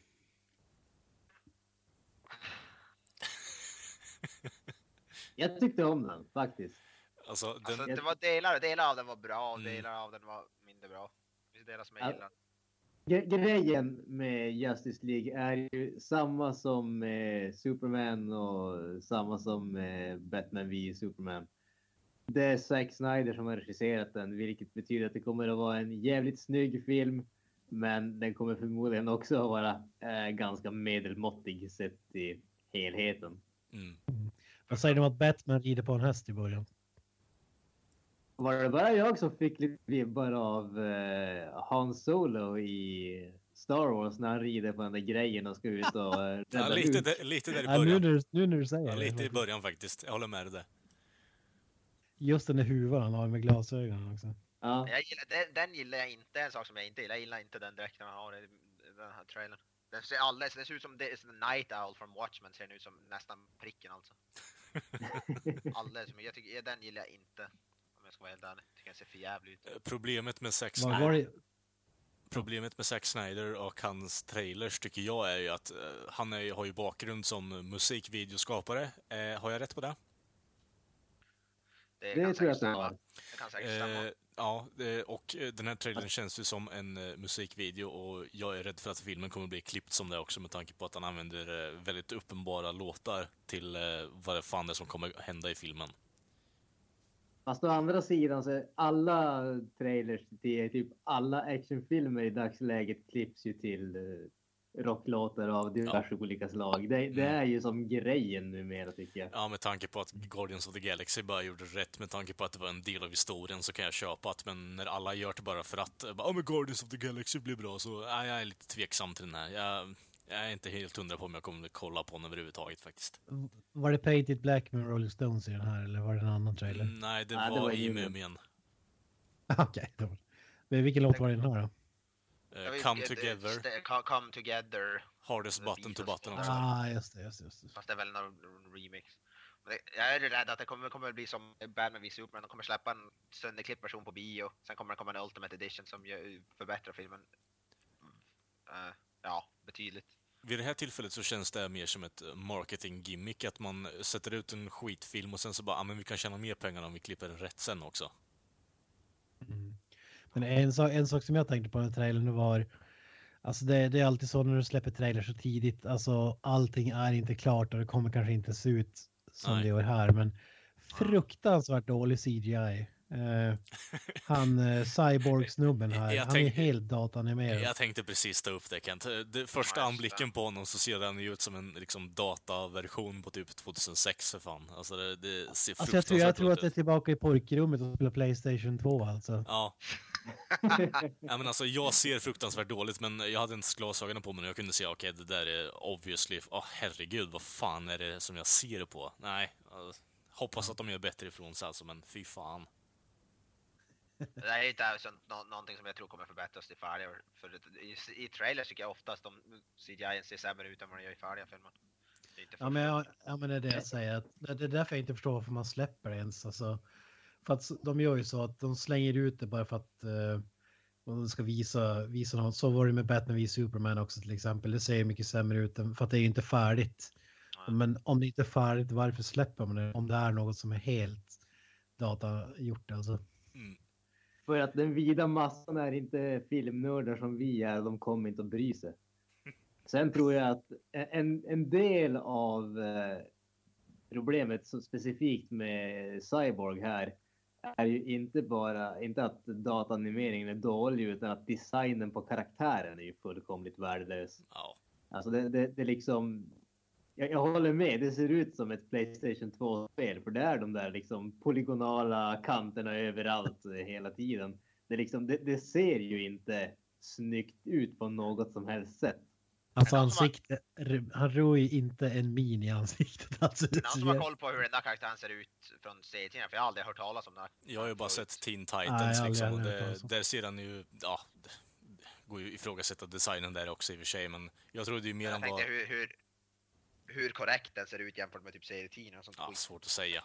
Jag tyckte om den faktiskt. Alltså, den... Alltså, det var delar, delar av den var bra och Mm. delar av den var mindre bra. Det finns delar som Ja. jag gillar. Gre- Grejen med Justice League är ju samma som med Superman och samma som med Batman v Superman. Det är Zack Snyder som har regisserat den, vilket betyder att det kommer att vara en jävligt snygg film. Men den kommer förmodligen också att vara eh, ganska medelmåttig sett i helheten. Mm. Vad säger du om att Batman rider på en häst i början? Var det bara jag som fick lite vibbar av eh, Han Solo i Star Wars när han rider på den där grejen och ska ut och uh, rädda Ja, lite, Luke? där, lite där i Ja, nu, början. när, du- nu när du säger Ja, det. lite i början faktiskt. Jag håller med dig där. Just den där huvan han har med glasögonen också. Ja. Jag gillar, den, den gillar jag inte, en sak som jag inte gillar. Jag gillar inte den dräkten han har i den här trailern. Den ser alldeles, den ser ut som det är Night Owl från Watchmen, ser den ut som nästan pricken alltså. Alldeles, men jag tycker, den gillar jag inte. Om jag ska vara helt ärlig. Tycker den ser för jävligt ut. Eh, Problemet med Zack Vad Snyder, var det? problemet med Zack Snyder och hans trailers tycker jag är ju att eh, han är, har ju bakgrund som musikvideoskapare. Eh, har jag rätt på det? Det, Det kan tror jag säkert att det stämma. var. Det kan säkert stämma. Eh, ja, eh, och eh, den här trailern känns ju som en eh, musikvideo och jag är rädd för att filmen kommer bli klippt som det också med tanke på att han använder eh, väldigt uppenbara låtar till eh, vad det fan det är som kommer hända i filmen. Fast å andra sidan så är alla trailers till typ alla actionfilmer i dagsläget klipps ju till eh, rocklåtar av diverse olika slag. Det, det är ju som grejen numera tycker jag. Ja, med tanke på att Guardians of the Galaxy bara gjorde rätt, med tanke på att det var en del av historien så kan jag köpa att, men när alla gör det bara för att ja, oh, men Guardians of the Galaxy blir bra så ja, jag är lite tveksam till den här. Jag, jag är inte helt hundra på om jag kommer att kolla på den överhuvudtaget faktiskt. Var det Painted Black med Rolling Stones i den här eller var det en annan trailer? Mm, nej, det Nej, det var, var i ju- Mumien. Okej, då. Men vilken låt var det i den här då? Uh, Jag vet- come det- Together, det- Come, come Together. Hardest Button to Button också. Ah, just det, just det. Just det. Fast det är väl någon remix. Men det- Jag är rädd att det kommer, kommer bli som Batman v Superman. De kommer släppa en sönderklippt version på bio. Sen kommer det komma en Ultimate Edition som gör, förbättrar filmen. Uh, ja, betydligt. Vid det här tillfället så känns det mer som ett marketing-gimmick, att man sätter ut en skitfilm och sen så bara, ah, men vi kan tjäna mer pengar om vi klipper den rätt sen också. Mm. Men en, sak, en sak som jag tänkte på den här trailern var, alltså det, det är alltid så när du släpper trailer så tidigt, alltså allting är inte klart och det kommer kanske inte se ut som Nej. det gör här, men fruktansvärt dålig C G I. Eh, han eh, cyborg-snubben här, Jag han är tänk- helt datanimerad. Jag tänkte precis ta upp det, Kent. Det första Ja, just anblicken det. på honom så ser den ju ut som en liksom, dataversion på typ tvåtusensex för fan. Alltså det, det ser Alltså jag tror, jag fruktansvärt tror att dåligt det är ut. tillbaka i pojkrummet och spelar Playstation två alltså. Ja. Ja, men alltså jag ser fruktansvärt dåligt, men jag hade inte glasögonen på mig och jag kunde se, okej, okay, det där är obviously, åh oh, herregud, vad fan är det som jag ser det på? Nej, alltså, hoppas att de gör bättre ifrån sig alltså, men fy fan. Det är inte sånt, nå, någonting som jag tror kommer förbättras i färdiga. För det- i, i trailers tycker jag oftast de C G I ser sämre ut än vad de gör i färdiga filmer. Det är inte Ja men, jag, ja men det är det jag säger, att det det är därför jag inte förstår varför man släpper det ens. Alltså, för att de gör ju så att de slänger ut det bara för att uh, de ska visa, visa något. Så var det med Batman v Superman också till exempel. Det ser mycket sämre ut för att det är ju inte färdigt. Mm. Men om det inte är färdigt, varför släpper man det? Om det är något som är helt datagjort alltså. Mm. För att den vida massan är inte filmnördar som vi är. De kommer inte att bry sig. Sen tror jag att en, en del av eh, problemet så specifikt med Cyborg här är ju inte bara inte att dataanimeringen är dålig utan att designen på karaktären är ju fullkomligt värdelös. Ja. Alltså det, det, det liksom jag, jag håller med, det ser ut som ett PlayStation två-spel för det är de där liksom polygonala kanterna överallt hela tiden. Det, liksom, det, det ser ju inte snyggt ut på något som helst sätt. Alltså ansikte, han rör ju inte en min i ansiktet. Alltså, någon som har koll på hur den där karaktären ser ut från serietidningen, för jag har aldrig hört talas om det. Jag har ju bara sett Teen Titans Nej, liksom, och aldrig det, hört där ser han ju, ja, det går ju ifrågasätta designen där också i och för sig, men jag trodde ju mer jag än tänkte vad... hur, hur, hur korrekt den ser ut jämfört med typ serietidningar och sånt. Ja, svårt att säga.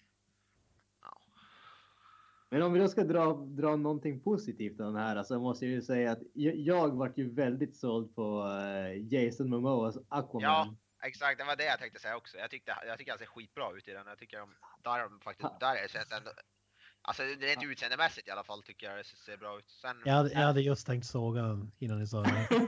Ja. Men om vi då ska dra, dra någonting positivt av den här, så alltså måste jag ju säga att jag, jag vart ju väldigt såld på uh, Jason Momoas Aquaman. Ja, exakt. Det var det jag tänkte säga också. Jag tyckte, jag tycker han ser skitbra ut i den. Jag tycker de, där de faktiskt, där är det ändå, alltså rent utseendemässigt i alla fall tycker jag det ser bra ut. Sen, jag, hade, jag hade just tänkt såga den innan ni sa det. ja,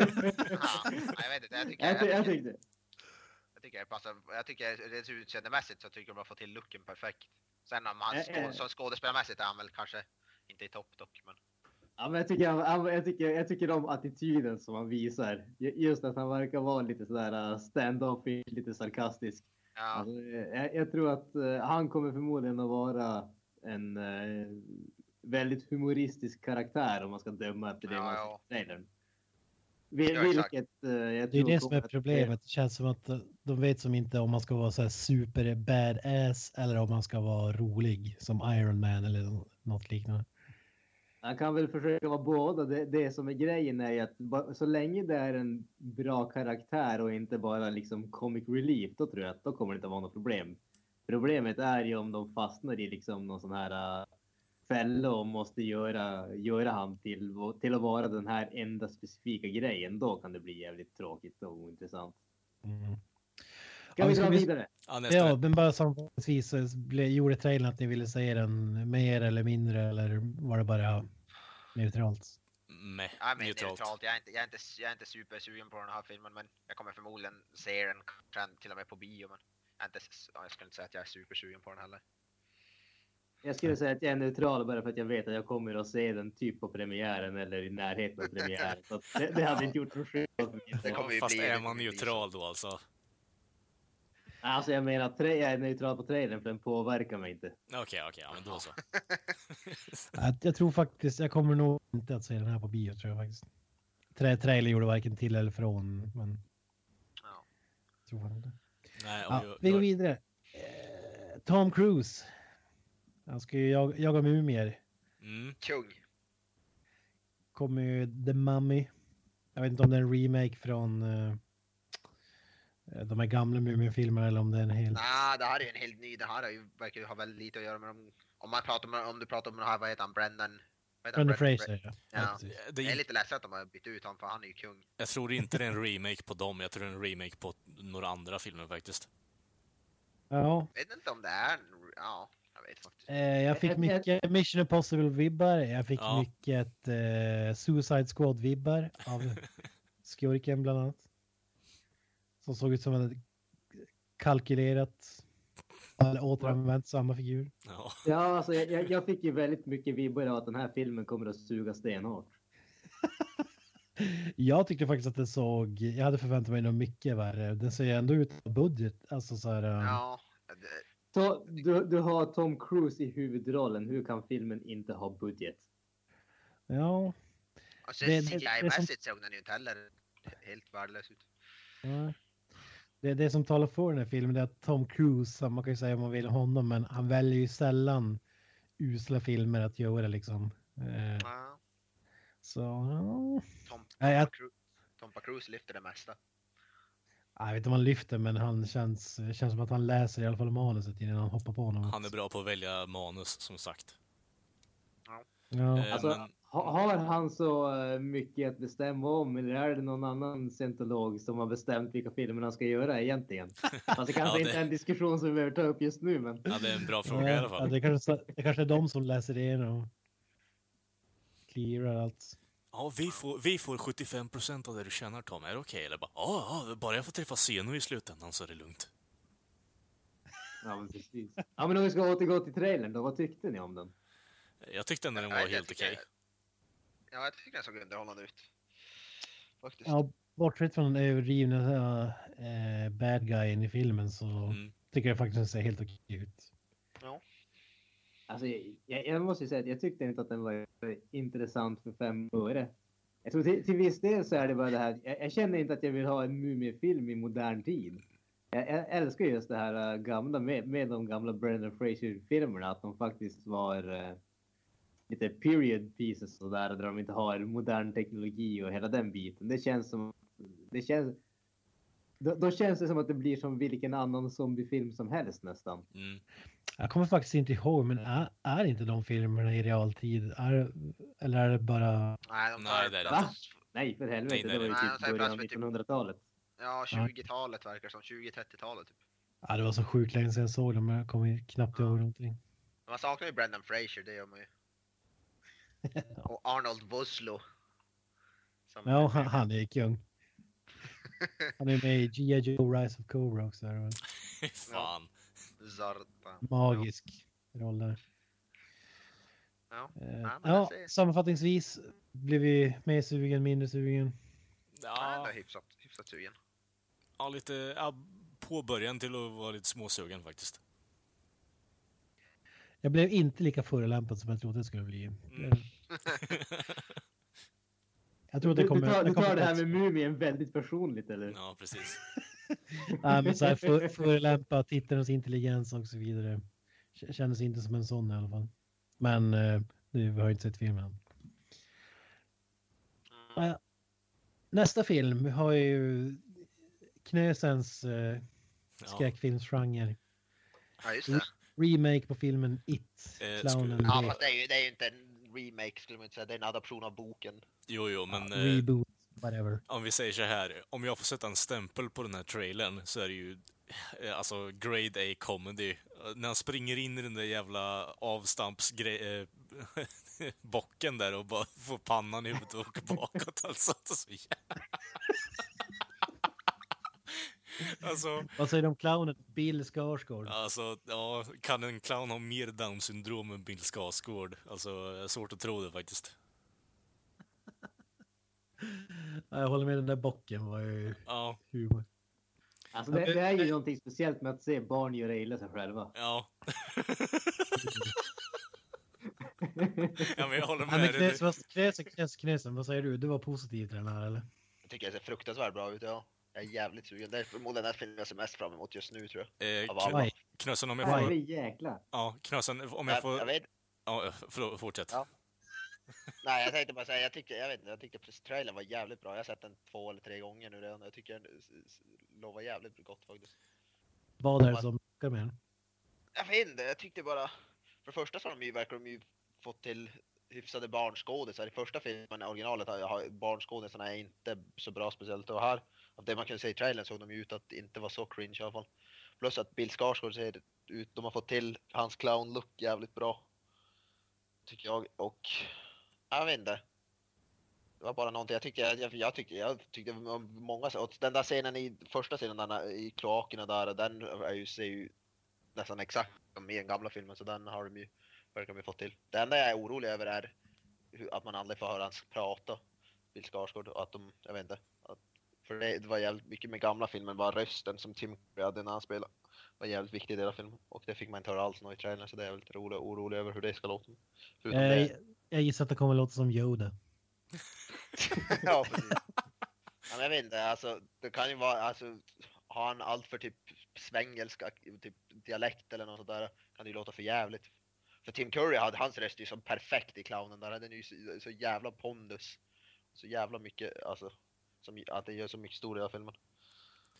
jag vet inte, jag tycker, jag, jag, jag tycker, tyckte. jag tycker det passar, jag tycker rent utseendemässigt så tycker de har fått till looken perfekt. Sen om han skå, som skådespelarmässigt är han väl kanske inte i topp dock, men... Ja, men jag tycker, jag tycker, jag tycker om attityden som han visar. Just att han verkar vara lite sådär stand-up, lite sarkastisk. Ja. Alltså, jag, jag tror att uh, han kommer förmodligen att vara en uh, väldigt humoristisk karaktär om man ska döma efter det Ja, man ja. säger. Vil, Ja, vilket uh, jag Det är tror det som är kommer problemet. Det känns som att de vet som inte om man ska vara så här super badass eller om man ska vara rolig som Iron Man eller något liknande. Han kan väl försöka vara båda. Det, det som är grejen är att ba, så länge det är en bra karaktär och inte bara liksom comic relief, då tror jag att då kommer det inte vara något problem. Problemet är ju om de fastnar i liksom någon sån här uh, fälla och måste göra, göra han till, till att vara den här enda specifika grejen. Då kan det bli jävligt tråkigt och ointressant. Mm. Ska Ja, vi ska dra vi- vidare? Ja, nästa. Ja, men bara sammanfattningsvis så ble- gjorde trailern att ni ville säga den mer eller mindre eller var det bara neutralt? Med, Ja, men neutralt. neutralt. Jag är inte, jag är inte, jag är inte supersugen på den här filmen, men jag kommer förmodligen se den kanske till och med på bio, men jag, är inte, ja, jag skulle inte säga att jag är supersugen på den heller. Jag skulle säga att jag är neutral bara för att jag vet att jag kommer att se den typ på premiären eller i närheten av premiären. Så att det, det hade inte gjort någon skillnad. Det kommer ju Fast bli- är det man kommer bli neutral då alltså? Alltså jag menar att tra- jag är neutral på trailern för den påverkar mig inte. Okej, okej, ja men då så. Jag, jag tror faktiskt, jag kommer nog inte att se den här på bio tror jag faktiskt. Tra trailer gjorde varken till eller från, men Ja. jag tror fan inte. Nej, och Ja, jag, vi går jag, vidare. Eh, Tom Cruise. Han ska ju jaga, jaga mumier. mm, Kung. Kommer ju The Mummy. Jag vet inte om det är en remake från eh, de här gamla Mumien-filmerna eller om det är en hel... Nej, det här är ju en helt ny. Det här är ju, verkar ju ha väldigt lite att göra med dem. Om man pratar med, om du pratar om den här, vad heter han, Brendan? Vad heter han? Brendan Brendan- Fraser. Ja. Ja. Ja, precis. det, Jag är är- lite ledsen att de har bytt ut honom, för han är ju kung. jag tror inte det är en remake på dem, jag tror det är en remake på några andra filmer faktiskt. Ja, Jag vet inte om det är en, ja, jag vet faktiskt. eh, jag fick Jag- mycket Mission Impossible-vibbar. Jag fick Ja. mycket eh, Suicide Squad-vibbar av skurken bland annat. Som såg ut som en kalkylerat eller återanvänt samma figur. Ja. Ja, alltså jag, jag- jag fick ju väldigt mycket vibbar av att den här filmen kommer att suga stenhårt. Jag tyckte faktiskt att det såg, jag hade förväntat mig något mycket värre. Den ser ju ändå ut på budget. Alltså så här, um, Ja, det, Så, du, du har Tom Cruise i huvudrollen. Hur kan filmen inte ha budget? ja, alltså Det- det- C G det som- I-mässigt såg den ju inte heller helt värdelös ut. ja. Det, det som talar för den här filmen det är att Tom Cruise, man kan ju säga om man vill honom, men han väljer ju sällan usla filmer att göra liksom. Eh, Ja, så, ja. Tom, Nej, jag- Tompa Cruise, Tompa Cruise lyfter det mesta. Jag vet inte om han lyfter, men han känns, känns som att han läser i alla fall manuset innan han hoppar på något. Han är bra på att välja manus, som sagt. Ja. Eh, Alltså, men, ha, har han så eh, mycket att bestämma om, eller är det någon annan scientolog som har bestämt vilka filmer han ska göra egentligen? Alltså det kanske Ja, inte det- är en diskussion som vi behöver ta upp just nu, men ja, det är en bra fråga i alla Ja, fall. det, kanske, det kanske är de som läser igenom och clearar allt. Ja, vi får, vi får sjuttiofem procent av det du tjänar, Tom. Är det okej? Eller bara, ja, ja, bara jag får träffa Zeno i slutändan så är det lugnt. ja, men precis. Ja, men om vi ska återgå till trailern då, vad tyckte ni om den? Jag tyckte ändå den Ja, var jag helt tycker- okej. Ja, jag tycker den såg underhållande ut. Faktiskt. Ja, bortsett från den överdrivna äh, bad guyen i filmen så Mm. tycker jag faktiskt att den ser helt okej ut. Alltså, jag, jag måste ju säga att jag tyckte inte att den var intressant för fem öre. Jag tror till, till viss del så är det bara det här. Jag, jag känner inte att jag vill ha en Mumie-film i modern tid. Jag, jag älskar just det här äh, gamla med, med de gamla Brendan Fraser-filmerna. Att de faktiskt var äh, lite period pieces och där, där de inte har modern teknologi och hela den biten. Det känns som... Det känns, då, då känns det som att det blir som vilken annan zombiefilm som helst nästan. Mm. Jag kommer faktiskt inte ihåg, men är, är inte de filmerna i realtid? Är, eller är det bara... Nej, de tar Nej, det är det Va? plats- Nej, för helvete. Nej, nej, det var ju nej. Nej, typ de tar ju början plats av med typ- nittonhundratalet. Ja, tjugotalet verkar som. tjugo-trettiotalet typ. Ja, det var så sjukt länge sedan jag såg dem, men jag kommer knappt ihåg någonting. Man saknar ju Brendan Fraser, det gör man ju. Och Arnold Vosloo. Som Ja, han, han är kung. Han är med i G I. Joe Rise of Cobra också. Där. Fan. Zarta. Magisk roll där. Ja. Eh, men ja, jag ser. sammanfattningsvis blev vi mer sugen, mindre sugen. Ja. Ja, Ändå hyfsat, hyfsat sugen. ja, lite ja, på början till att vara lite småsugen faktiskt. Jag blev inte lika förolämpad som jag trodde det skulle bli. Mm. Jag tror Du, det kommer... du tar, du det kommer tar det här plats- med Mumien väldigt personligt, eller? Ja, precis. Nej, men så här för, förolämpa tittarens intelligens och så vidare. K- Kändes inte som en sån i alla fall. Men eh, nu, vi har inte sett filmen. Mm. Ja. Nästa film, vi har ju Knösens eh, Ja. skräckfilmsgenre. Ja, just det. Remake på filmen It, Eh, clownen. skulle- Ja, det- fast det är ju, det är ju inte en remake skulle man inte säga. Det är en adaption av boken. Jo, jo, men eh, Reboot, whatever. om vi säger så här. Om jag får sätta en stämpel på den här trailern så är det ju eh, alltså grade A comedy. Eh, När han springer in i den där jävla avstampsgrej... Eh, bocken där och bara får pannan i huvudet och åker bakåt. Alltså, det är så jävla... Alltså, Vad säger du om clownen? Bill Skarsgård. alltså, ja, kan en clown ha mer Down-syndrom än Bill Skarsgård? Alltså, jag har svårt att tro det faktiskt. Ja, jag håller med, den där bocken var ju Ja, humor. Alltså det, det är ju någonting speciellt med att se barn göra illa sig själva. ja. Ja, men jag håller Ja, men med dig. knäs, vad, knäsen, knäs, knäsen, vad säger du? Du var positiv till den här eller? Jag tycker det ser fruktansvärt bra ut, ja. Jag är jävligt sugen. Det är förmodligen den filmen jag ser mest fram emot just nu, tror jag. Eh, Av kn- alla. Oj. Knösen, om jag Ja, får... det är jäkla. Ja, Knösen, om jag Jag, jag får... vet, Ja, förlåt, fortsätt. Ja. nej, jag tänkte bara säga, jag tycker, jag vet inte, jag tyckte trailern var jävligt bra. Jag har sett den två eller tre gånger nu redan. Jag tycker den s- s- lovar jävligt gott faktiskt. Vad är det som lockar med den? Jag vet inte, jag tyckte bara... För det första så har de ju, verkar de ju fått till hyfsade barnskådisar. I första filmen, originalet, har, har barnskådisarna är inte så bra speciellt. Och här, av det man kunde se i trailern såg de ju ut att inte vara så cringe i alla fall. Plus att Bill Skarsgård ser ut, de har fått till hans clown-look jävligt bra. Tycker jag, och... Jag vet inte. Det var bara någonting, jag tyckte, jag, jag, jag tyckte, jag tyckte det var många, och den där scenen i, första scenen där, i kloakerna där, den är ju, ser ju nästan exakt som i den gamla filmen, så den har de ju, verkar de ju fått till. Det enda jag är orolig över är hur, att man aldrig får höra hans prata, Bill Skarsgård, och att de, jag vet inte, att, för det, det var jävligt mycket med gamla filmen, bara rösten som Tim Curry hade när han spelade, var jävligt viktig del av filmen, och det fick man inte höra alls nu i trailern, så det är jag lite rolig, orolig över hur det ska låta. Förutom Eh, det. jag gissar att det kommer låta som Yoda. Ja, precis. Ja, men jag vet inte, alltså det kan ju vara, alltså har han allt för typ svengelska, typ dialekt eller något sådär, kan det ju låta för jävligt. För Tim Curry hade, hans röst är ju så perfekt i clownen där, den är ju så, så jävla pondus. Så jävla mycket, alltså, som, att det gör så mycket stor del av filmen.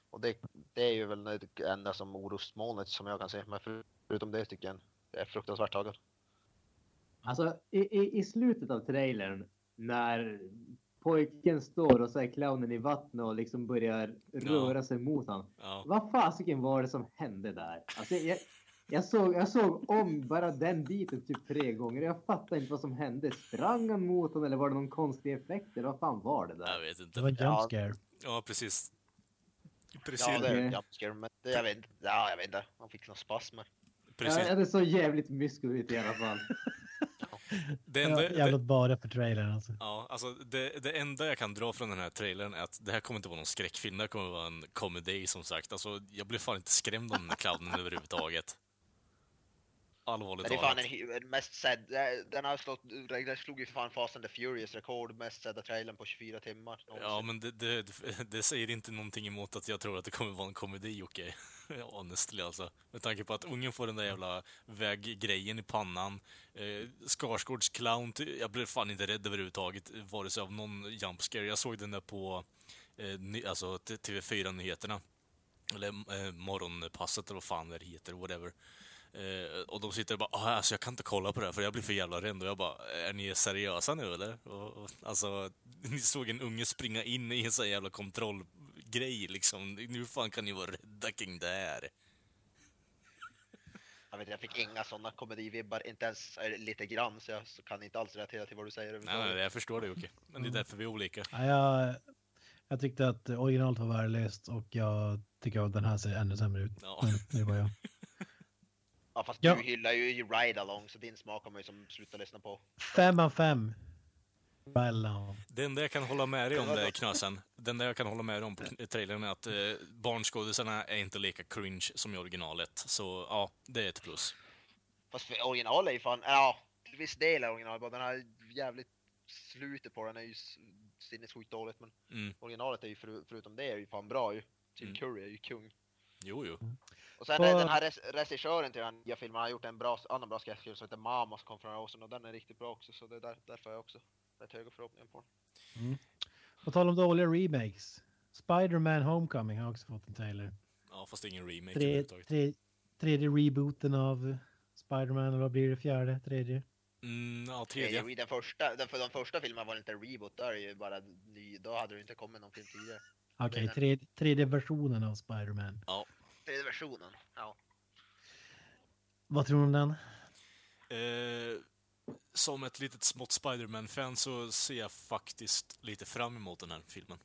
Och det, det är ju väl det enda som orosmolnet som jag kan se. Men för, förutom det tycker jag det är fruktansvärt taget. Alltså i, i, i slutet av trailern när pojken står och så är clownen i vattnet och liksom börjar röra sig mot honom. Ja. Vad fasiken var det som hände där? Alltså, jag, jag, såg, jag såg om bara den biten typ tre gånger. Jag fattar inte vad som hände. Sprang han mot honom eller var det någon konstig effekt? Eller vad fan var det där? Jag vet Det inte. var en jump scare. Ja, precis. Precis. Ja, det är Okej. en jumpscare, men det, jag vet inte. Ja, jag vet inte. Man fick någon spasmer. precis. Ja, det såg jävligt mysko ut i alla fall. Det Ja, enda, jävligt det, bara för trailern alltså. ja, alltså det, det enda jag kan dra från den här trailern är att det här kommer inte vara någon skräckfilm, det här kommer vara en komedi som sagt. Alltså, jag blev fan inte skrämd av den här clownen överhuvudtaget. Allvarligt Men det är fan talat. en, en mest sedd, den har slått, den slog ju för fan Fast and the Furious rekord, mest sedda trailern på tjugofyra timmar. Ja, men det, det, det säger inte någonting emot att jag tror att det kommer vara en komedi, okej. Honestly alltså. Med tanke på att ungen får den där jävla väggrejen i pannan. Eh, Skarsgårds clown, jag blev fan inte rädd överhuvudtaget, vare sig av någon jumpscare. Jag såg den där på eh, ny, alltså T V fyra-nyheterna. Eller eh, morgonpasset eller vad fan det heter, whatever. Eh, och de sitter och bara, ah, alltså jag kan inte kolla på det här för jag blir för jävla rädd. Och jag bara, är ni seriösa nu eller? Och, och, alltså, ni såg en unge springa in i en sån jävla kontrollgrej liksom. Nu fan kan ni vara rädda kring det här. Jag vet jag fick inga sådana komedivibbar, inte ens eh, lite grann, så jag så kan inte alls relatera till vad du säger. Nej, nej, jag förstår det, okej. Men det är därför vi är olika. Ja, jag, jag tyckte att originalet var värdelöst och jag tycker att den här ser ännu sämre ut. Ja. Men det var jag. Ja, fast Ja. du hyllar ju Ride Along, så din smak har man ju som slutar lyssna på. Fem av fem. Well, no. Det enda jag kan hålla med dig om det, Knösen, det enda jag kan hålla med dig om på trailern är att eh, barnskådisarna är inte lika cringe som i originalet. Så ja, det är ett plus. Fast för original är ju fan, ja, till viss del är original, bara den här jävligt slutet på den är ju s- sinnessjukt dåligt, men Mm. originalet är ju för, förutom det är ju fan bra ju. Tim Mm. Curry är ju kung. Jo, jo. Och sen På- är den här res- regissören till den nya filmen, han har gjort en bra, annan bra skräckfilm som heter Mama som kom för några år sedan, och den är riktigt bra också, så det är där, därför har jag också rätt höga förhoppningar på den. På tal om dåliga remakes. Spider-Man Homecoming har också fått en trailer. Ja, fast ingen remake Tre, överhuvudtaget. tre, tredje rebooten av Spider-Man, eller vad blir det? Fjärde? Tredje? Mm, ja, Tredje. tredje. Den första, den, för de första filmerna var inte en reboot, där är ju bara ny, då hade det inte kommit någon film tidigare. Okej, den- tredje, tredje versionen av Spider-Man. Tredje versionen, ja. Vad tror du om den? Eh, som ett litet smått Spider-Man-fan så ser jag faktiskt lite fram emot den här filmen.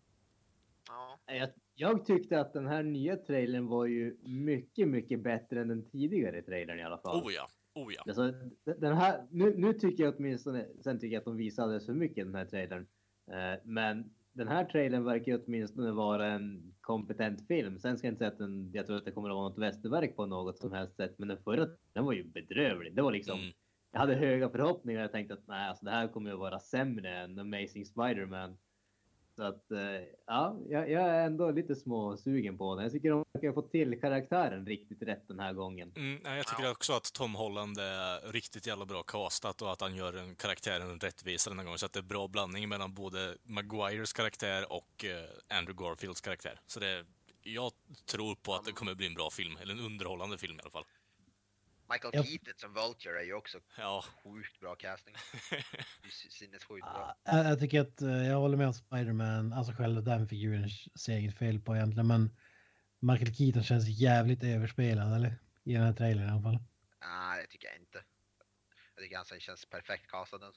Ja. Jag, jag tyckte att den här nya trailern var ju mycket, mycket bättre än den tidigare trailern i alla fall. Oh ja, oh ja. Alltså, d- den här, nu, nu tycker jag åtminstone, sen tycker jag att de visade alldeles för mycket i den här trailern. Eh, men den här trailern verkar ju åtminstone vara en kompetent film. Sen ska jag inte säga att den, jag tror att det kommer att vara något mästerverk på något som helst sätt. Men den förra, den var ju bedrövlig. Det var liksom, Mm. jag hade höga förhoppningar. Jag tänkte att nej, alltså, det här kommer att vara sämre än Amazing Spider-Man. Så att, eh, ja, jag, jag är ändå lite småsugen på den. Jag tycker de kan få till karaktären riktigt rätt den här gången. Mm, nej, jag tycker också att Tom Holland är riktigt jävla bra castat och att han gör en karaktären rättvisare den här gången. Så att det är bra blandning mellan både Maguires karaktär och eh, Andrew Garfields karaktär. Så det, jag tror på att det kommer bli en bra film, eller en underhållande film i alla fall. Michael Ja. Keaton som Vulture är ju också Ja. sjukt bra casting. Det är sy- Sinnessjukt bra. Jag, jag tycker att eh, jag håller med om Spider-Man, alltså själva den figuren ser jag inget fel på egentligen, men Michael Keaton känns jävligt överspelad, eller? I den här trailern i alla fall. Nej, det tycker jag inte. Jag tycker han känns perfekt castad. Alltså.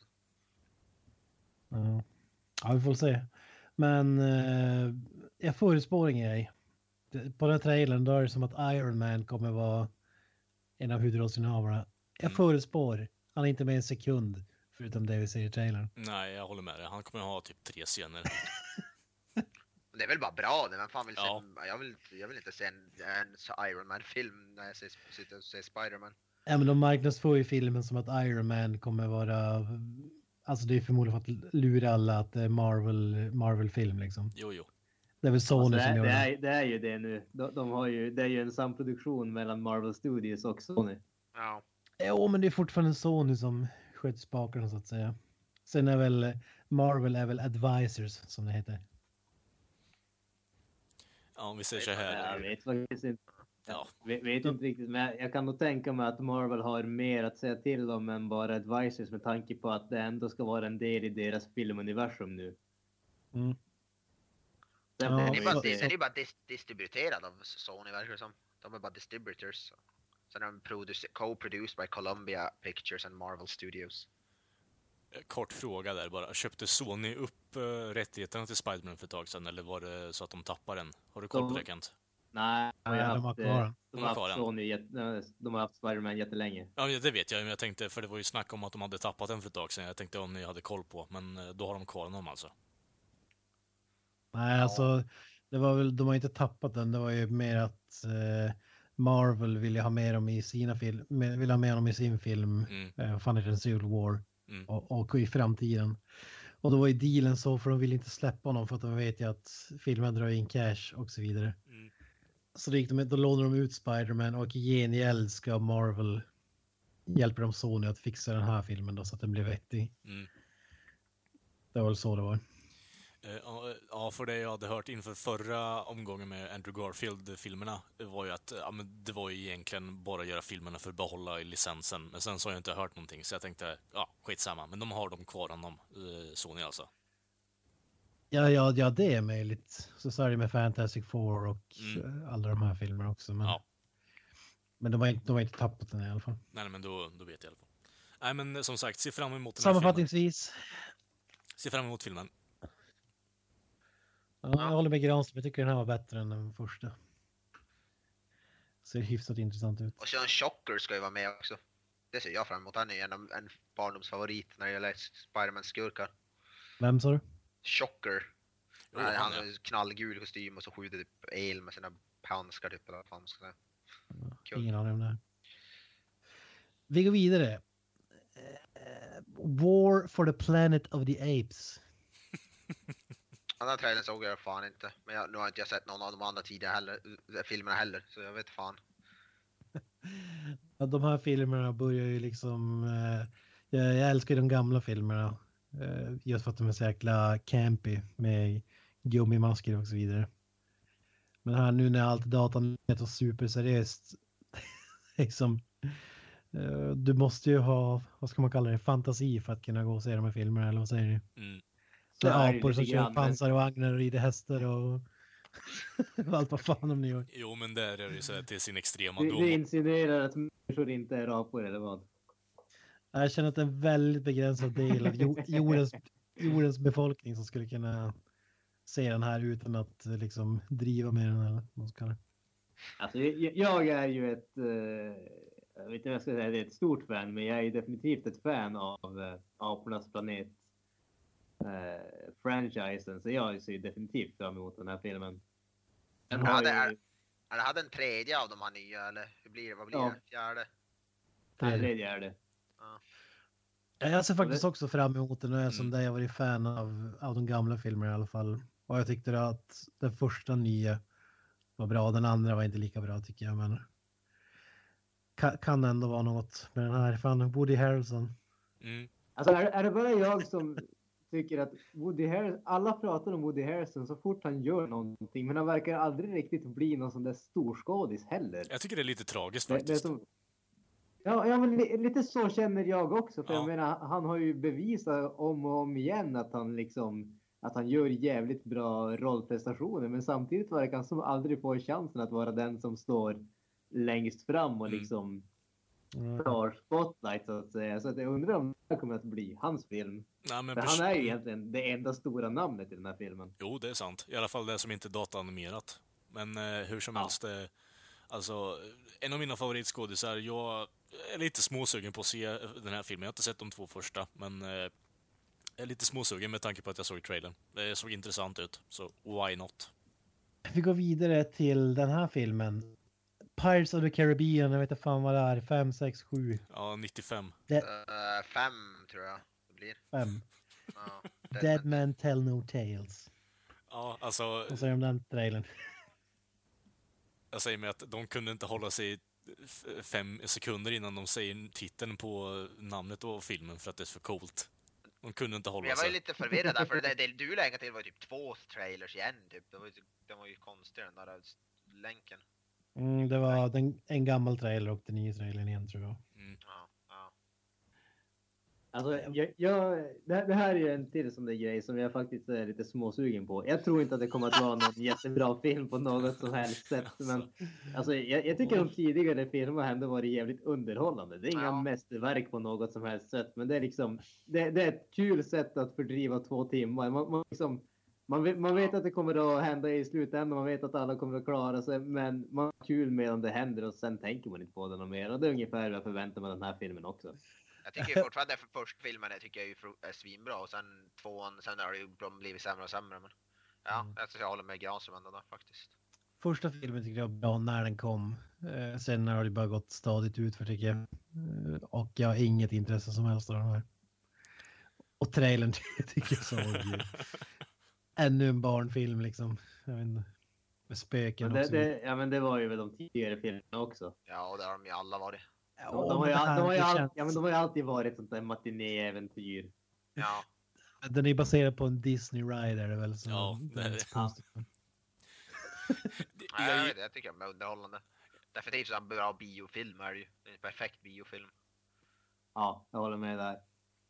Ja, ja vi får se. Men eh, jag förutspår en grej. Det- På den här trailern då är det som att Iron Man kommer vara en av huvudrollsinnehavarna. Jag Mm. förutspår, han är inte med en sekund förutom det vi ser i trailern. Nej, jag håller med dig. Han kommer ha typ tre scener. Men det är väl bara bra det, men fan vill Ja. se, jag, vill, jag vill inte se en, en så Iron Man-film när jag ser, sitter och ser Spider-Man. Ja, men de marknadsför ju filmen som att Iron Man kommer vara, alltså det är förmodligen för att lura alla att det är Marvel, Marvel-film liksom. Jo, jo. Det är väl Sony Alltså, det, som är, gör det, det. är, det är ju det nu. De, de har ju, det är ju en samproduktion mellan Marvel Studios och Sony. Ja. Jo, men det är fortfarande Sony som sköter spakarna så att säga. Sen är väl Marvel är väl Advisors som det heter. Ja, om vi säger så här. Jag vet faktiskt inte. Ja. Jag vet inte riktigt, men jag kan nog tänka mig att Marvel har mer att säga till om än bara advisors med tanke på att det ändå ska vara en del i deras filmuniversum nu. Mm. Sen Ja, får Den vi är bara, se. den är bara dis distribuerad av Sony verkar det som. De är bara distributors. Sen är de produce- co-produced by Columbia Pictures and Marvel Studios. Kort fråga där bara. Köpte Sony upp uh, rättigheterna till Spider-Man för ett tag sedan, eller var det så att de tappade den? Har du koll på det, Kent? Nej, de har, Nej, de haft, har eh, kvar den. de De har har kvar haft den. Sony, jätte- de har haft Spider-Man jättelänge. Ja, det vet jag, men jag tänkte, för det var ju snack om att de hade tappat den för ett tag sedan. Jag tänkte om ni hade koll på, men eh, då har de kvar dem alltså. Nej, Ja. alltså det var väl, de har inte tappat den. Det var ju mer att eh, Marvel ville ha med dem i sina film, med- ville ha med dem i sin film, Mm. eh, vad fan heter den, Civil War, Mm. och, och i framtiden. Och då var ju dealen så, för de ville inte släppa honom för att de vet ju att filmen drar in cash och så vidare. Mm. Så då, gick de, då lånade de ut Spider-Man och i gengäld ska Marvel hjälpa dem Sony att fixa den här filmen då så att den blir vettig. Mm. Det var väl så det var. Eh, ja, Ja, för det jag hade hört inför förra omgången med Andrew Garfield-filmerna var ju att ja, men det var ju egentligen bara att göra filmerna för att behålla licensen. Men sen så har jag inte hört någonting, så jag tänkte, ja, skitsamma. Men de har dem kvar om dem, eh, Sony alltså. Ja, ja, ja, det är möjligt. Så så är det med Fantastic Four och Mm. eh, alla de här filmerna också. Men, Ja. men de, har inte, de har inte tappat den i alla fall. Nej, men då, då vet jag i alla fall. Nej, men eh, som sagt, se fram emot den här filmen. Sammanfattningsvis. Se fram emot filmen. Ja, jag håller med Granström. Jag tycker den här var bättre än den första. Ser hyfsat intressant ut. Och sen Shocker ska ju vara med också. Det ser jag fram emot. Han är ju en, av- en barndomsfavorit när det gäller Spider-Man-skurkar. Vem sa du? Shocker. Jo, Nej, han han har är- en knallgul kostym och så skjuter typ el med sina handskar typ, eller vad fan man ska säga. Kul. Ingen aning om det här. Vi går vidare. Eh, War for the Planet of the Apes. Den här trailern såg jag fan inte. Men jag, nu har inte jag sett någon av de andra tidigare heller, äh, filmerna heller. Så jag vet fan. Ja, de här filmerna börjar ju liksom... Eh, jag, jag älskar ju de gamla filmerna. Eh, just för att de är så jäkla campy med gummimasker och så vidare. Men här nu när allt datan är så superseriöst. liksom, eh, du måste ju ha, vad ska man kalla det, fantasi för att kunna gå och se de här filmerna, eller vad säger ni? Mm. Det Så är är det apor som lite kör grann, men- pansarvagnar och rider hästar och allt vad fan de nu gör. Jo, men där är det ju så här till sin extrema. Du, Då, du insinuerar att människor inte är apor eller vad? Jag känner att det är en väldigt begränsad del av jo- jordens, jordens befolkning som skulle kunna se den här utan att eh, liksom driva med den, eller vad man ska kalla det. Alltså, jag, jag är ju ett, eh, jag vet inte vad jag ska säga, det är ett stort fan, men jag är ju definitivt ett fan av eh, Apornas planet eh, franchisen, så jag ser ju definitivt fram emot den här filmen. Den Ja, har det ju, är- Eller hade en tredje av de här nya, eller hur blir det? Vad blir Ja. det? Fjärde? tredje är det. Ja, jag ser faktiskt det- också fram emot den och är som Mm. dig, jag varit fan av, av de gamla filmerna i alla fall. Och jag tyckte att den första nya var bra, den andra var inte lika bra tycker jag, men kan, kan ändå vara något med den här. Fan, Woody Harrelson. mm. Alltså är, är det bara jag som tycker att Woody Harrelson, alla pratar om Woody Harrelson så fort han gör någonting, men han verkar aldrig riktigt bli någon sån där storskådis heller. Jag tycker det är lite tragiskt Det, det är faktiskt. som, ja, ja, men li, lite så känner jag också. För Ja. jag menar, han har ju bevisat om och om igen att han liksom att han gör jävligt bra rollprestationer. Men samtidigt verkar han som aldrig får chansen att vara den som står längst fram och Mm. liksom Mm. tar spotlight så att säga. Så att jag undrar om det här kommer att bli hans film. Nej, men För pers- han är ju egentligen det enda stora namnet i den här filmen. Jo, det är sant. I alla fall det som inte är dataanimerat. Men eh, hur som Ja. helst, eh, alltså en av mina favoritskådisar. Jag är lite småsugen på att se den här filmen. Jag har inte sett de två första, men eh, jag är lite småsugen med tanke på att jag såg trailern. Det såg intressant ut, så why not? Vi går vidare till den här filmen. Pirates of the Caribbean, jag vet inte fan vad det är, fem, sex, sju, Ja, nittiofem. Uh, fem tror jag det blir. fem. Ja, Dead Man Tell No Tales. Ja, alltså, Vad säger du om den trailern? jag säger mig att de kunde inte hålla sig i f- fem sekunder innan de säger titeln på namnet och filmen för att det är för coolt. De kunde inte hålla Jag var ju sig. lite förvirrad där, för det, det du länkade till var ju typ två trailers igen typ. Det var ju, det var ju konstigt den där länken. Mm, det var den, en gammal trailer och den nya trailern igen tror jag. Mm. Ja, ja. Alltså, jag, jag, det, det här är ju en till sån där grej som jag faktiskt är lite småsugen på. Jag tror inte att det kommer att vara någon jättebra film på något som helst sätt. Men alltså, jag, jag tycker de tidigare filmerna ändå varit jävligt underhållande. Det är inga Ja. mästerverk på något som helst sätt. Men det är liksom, det, det är ett kul sätt att fördriva två timmar. Man, man, liksom, man, vet, man vet att det kommer att hända i slutändan. Man vet att alla kommer att klara sig. Men man har kul medan det händer och sen tänker man inte på det något mer. Och det är ungefär vad jag förväntar mig den här filmen också. Jag tycker ju fortfarande för första filmen jag tycker jag är svinbra och sen tvåan, sen har det ju blivit sämre och sämre. Men ja, Mm. jag, jag håller med Granström ändå där, faktiskt. Första filmen tycker jag var bra när den kom. Eh, sen har det bara gått stadigt ut för tycker jag. Eh, och jag har inget intresse som helst av den här. Och trailern tycker jag såg ju. Ännu en barnfilm liksom. Jag vet inte. Med spöken Men det, också. det, ja, men det var ju väl de tidigare filmerna också. Ja, och det har de ju alla varit. Ja, De, de, har, ju, men det de, här, har ju det all, känns- ja, men de har ju alltid varit sånt där matinéäventyr. Ja, Den är baserad på en Disney ride är det väl? Så Ja, det är det. konstigt. ja Jag, jag, jag tycker de är underhållande. Definitivt så en bra biofilm är det ju. Det är en perfekt biofilm. Ja, jag håller med där.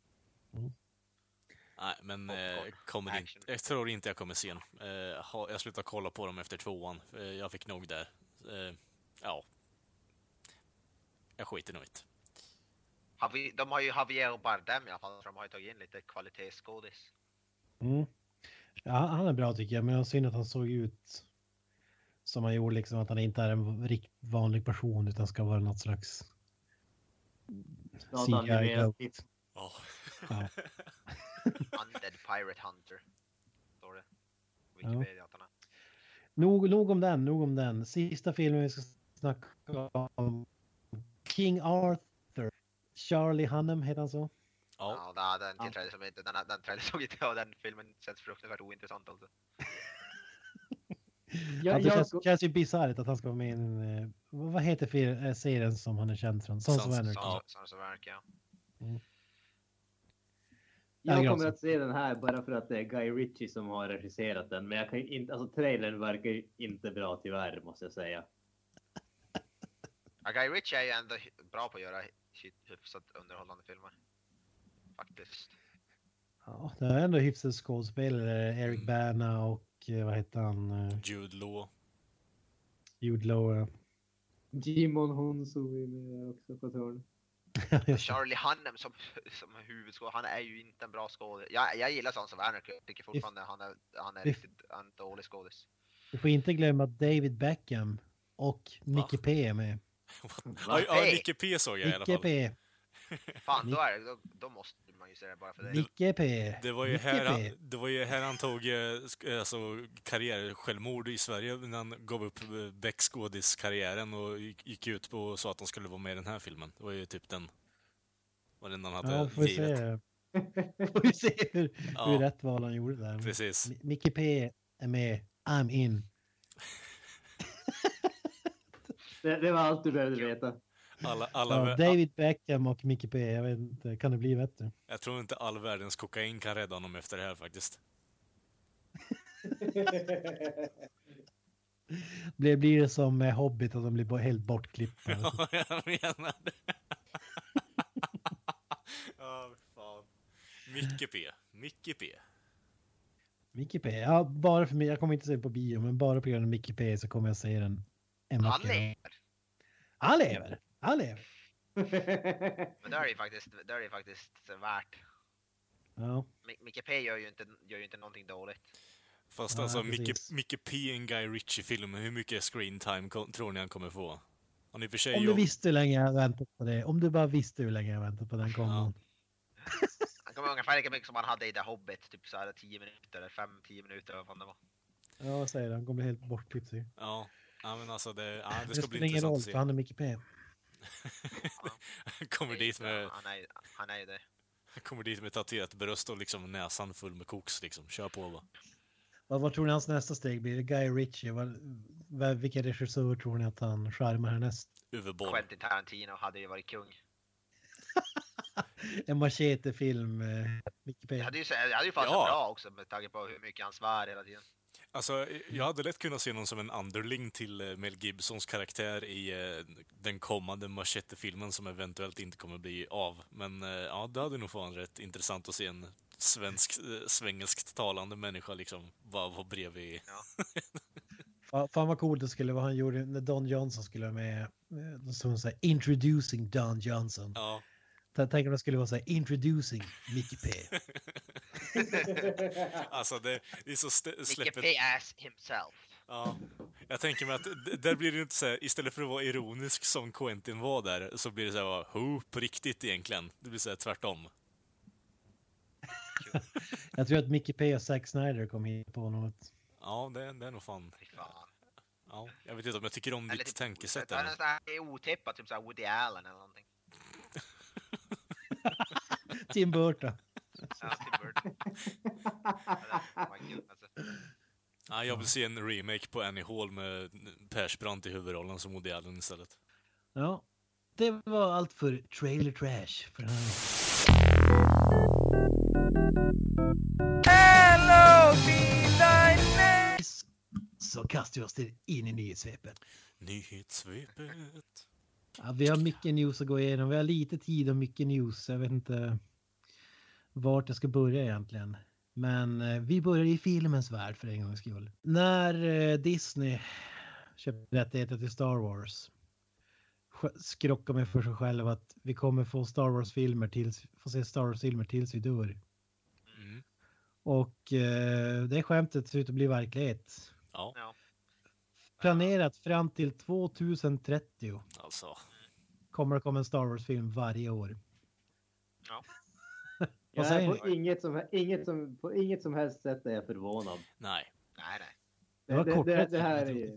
nej, men Popcorn. eh, kommer inte, Action. jag tror inte jag kommer se den. Eh, ha, jag slutade kolla på dem efter tvåan. Eh, jag fick nog där. Eh, ja. Jag skiter nog inte. Har vi, de har ju Javier Bardem i alla fall, för de har ju tagit in lite kvalitetsskådis. Mm. Ja, han är bra tycker jag, men jag synd att han såg ut som han gjorde, liksom att han inte är en rikt vanlig person utan ska vara något slags Ja, C G I animerat goat. klipp. Ja. Ja. Undead Pirate Hunter. Står det. Wikipedia att han är. Nog, nog om den, nog om den. Sista filmen vi ska snacka om. King Arthur. Charlie Hunnam heter han så. Ja. Ja, det är en Ja. till trailer som inte, den, den trailer såg inte jag, den filmen känns fruktansvärt ointressant alltså. Ja, Alltså, det jag, känns, känns ju bisarrt att han ska vara med i en... eh, Vad heter fil- eh, serien som han är känd från? Sons of Sons- Anarchy. Ja. Sons of Anarchy, ja. jag Ja, kommer Granström. att se den här bara för att det är Guy Ritchie som har regisserat den. Men jag kan ju inte, alltså trailern verkar ju inte bra tyvärr måste jag säga. Ja, Guy Ritchie är ju ändå hy- bra på att göra hy- hyfsat underhållande filmer. Faktiskt. Ja, det är ändå hyfsat skådespelare. Eric Mm. Bana och eh, vad heter han? Eh, Jude Law. Jude Law. eh. Jimon Honsu är med också på ett hörn. Charlie Hunnam som, som huvudskådespelare, han är ju inte en bra skådespelare. Jag, jag gillar Sons of Anarchy, jag tycker fortfarande han är, han är Vi- riktigt en dålig skådis. Du får inte glömma att David Beckham och Nicky P är med. Ja, ja, Nicke P såg jag i alla Nicky fall. P. Fan, då, är det, då, då måste man ju se det bara för det. Nicky P. Det var ju Nicky här han, P. det var ju här han tog eh, sk- alltså, karriär, självmord i Sverige när han gav upp eh, Beck-skådis-karriären och gick, gick ut på och sa att de skulle vara med i den här filmen. Det var ju typ den, var den han hade Ja, får vi givet. se. Får vi se hur, Ja. hur rätt val han gjorde där. Precis. Mi- Nicky P är med. I'm in. Det, det var allt du behövde veta. Alla, alla, Ja, vä- David Beckham och Nicky P. Jag vet inte, kan det bli bättre? Jag tror inte all världens kokain kan rädda honom efter det här faktiskt. Blir, blir det som med Hobbit att de blir bara helt bortklippta? Ja, jag menar det. Ja, fan. Micke P. Micke P. Mickey P. Ja, bara för mig. Jag kommer inte se det på bio, men bara på grund av Mickey P så kommer jag se den. En Han vacker dag. lever. Han lever. Han lever. Men det är ju faktiskt, det är ju faktiskt värt. Ja. Mi- Micke P gör ju inte, gör ju inte någonting dåligt. Fast Ja, alltså, Micke, precis. Micke P i en Guy Ritchie-film, hur mycket screen time ko- tror ni han kommer få? Han är i och för sig Om du jobb- visste hur länge jag väntat på det. Om du bara visste hur länge jag väntat på den kombon. Han kommer ungefär lika mycket som han hade i The Hobbit, typ såhär tio minuter eller fem tio minuter eller vad fan det var. Ja, vad säger du? Han kommer bli helt bortklippt. Ja, Ja. Ja, men alltså det, ja, det det ska spelar bli ingen intressant roll att för se. han är Mickey P. Han kommer dit med, Han är, han är ju det. han kommer dit med tatuerat bröst och liksom näsan full med koks liksom. Kör på va. Vad, vad tror ni hans nästa steg blir? Guy Ritchie? Vad, vad, vilken regissör tror ni att han skärmar härnäst? Överboll. Quentin Tarantino hade ju varit kung. En machete-film. Eh, Micke P. Det hade ju, det hade ju fan Ja. så bra också med tanke på hur mycket han svär hela tiden. Alltså, jag hade lätt kunnat se någon som en underling till eh, Mel Gibsons karaktär i eh, den kommande Machete-filmen som eventuellt inte kommer bli av. Men eh, ja, det hade nog fan rätt intressant att se en svensk, eh, svengelskt talande människa liksom vara var bredvid. Ja. Fan, fan vad coolt det skulle vara han gjorde när Don Johnson skulle vara med. eh, Då stod han så här, introducing Don Johnson. Ja. Tänk om det skulle vara så här, introducing Micke P. Alltså, det, det är så st- Micke släppet... P as himself. Ja. Jag tänker mig att d- där blir det inte så här, istället för att vara ironisk som Quentin var där, så blir det så här, ho, på riktigt egentligen. Det blir så här tvärtom. Jag tror att Micke P och Zack Snyder kom hit på något. Ja, det, det är nog fan... Fy fan. Ja, jag vet inte om jag tycker om Eller ditt typ, tänkesätt. det är Eller? nästan otippat, typ såhär Woody Allen eller någonting. Tim Burton. Ja, Tim Burton. Ja, det var kul, alltså. Ja, jag vill se en remake på Annie Hall med Persbrandt i huvudrollen som Woody Allen istället. Ja, det var allt för Trailer Trash för den här. Så kastar vi oss in i nyhetssvepet. Nyhetssvepet. Ja, vi har mycket news att gå igenom. Vi har lite tid och mycket news. Jag vet inte vart jag ska börja egentligen. Men eh, vi börjar i filmens värld för en gångs skull. När eh, Disney köpte rättigheter till Star Wars skrockar mig för sig själv att vi kommer få Star Wars-filmer tills, få se Star Wars-filmer tills vi dör. Mm. Och eh, det skämtet ser ut att bli verklighet. Ja, Ja. Planerat fram till tjugohundratrettio alltså. kommer det komma en Star Wars-film varje år. Ja. Vad Jag säger är ni? på, inget som, inget som, på inget som helst sätt är jag förvånad. Nej. Nej, nej. Det var det, kort. det, det här är ju...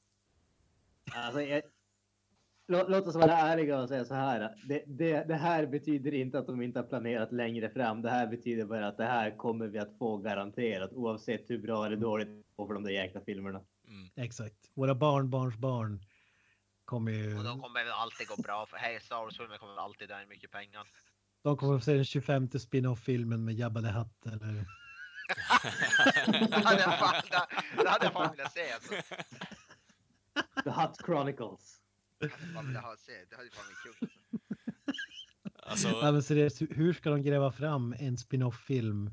Alltså, jag, låt, låt oss vara ärliga och säga så här. Det, det, det här betyder inte att de inte har planerat längre fram. Det här betyder bara att det här kommer vi att få garanterat oavsett hur bra eller dåligt det går för de där jäkla filmerna. Mm. Exakt. Våra barnbarns barn kommer ju... Och de kommer väl alltid gå bra, för hej, Star Wars-filmer kommer väl alltid dra in mycket pengar. De kommer att se den tjugofemte spin-off-filmen med Jabba the Hutt eller... det, hade jag fan, det, det hade jag fan velat se alltså. The Hutt Chronicles. Det hade jag fan velat ha se. Det hade ju fan varit kul. Alltså, Ja, men seriöst, hur ska de gräva fram en spin-off-film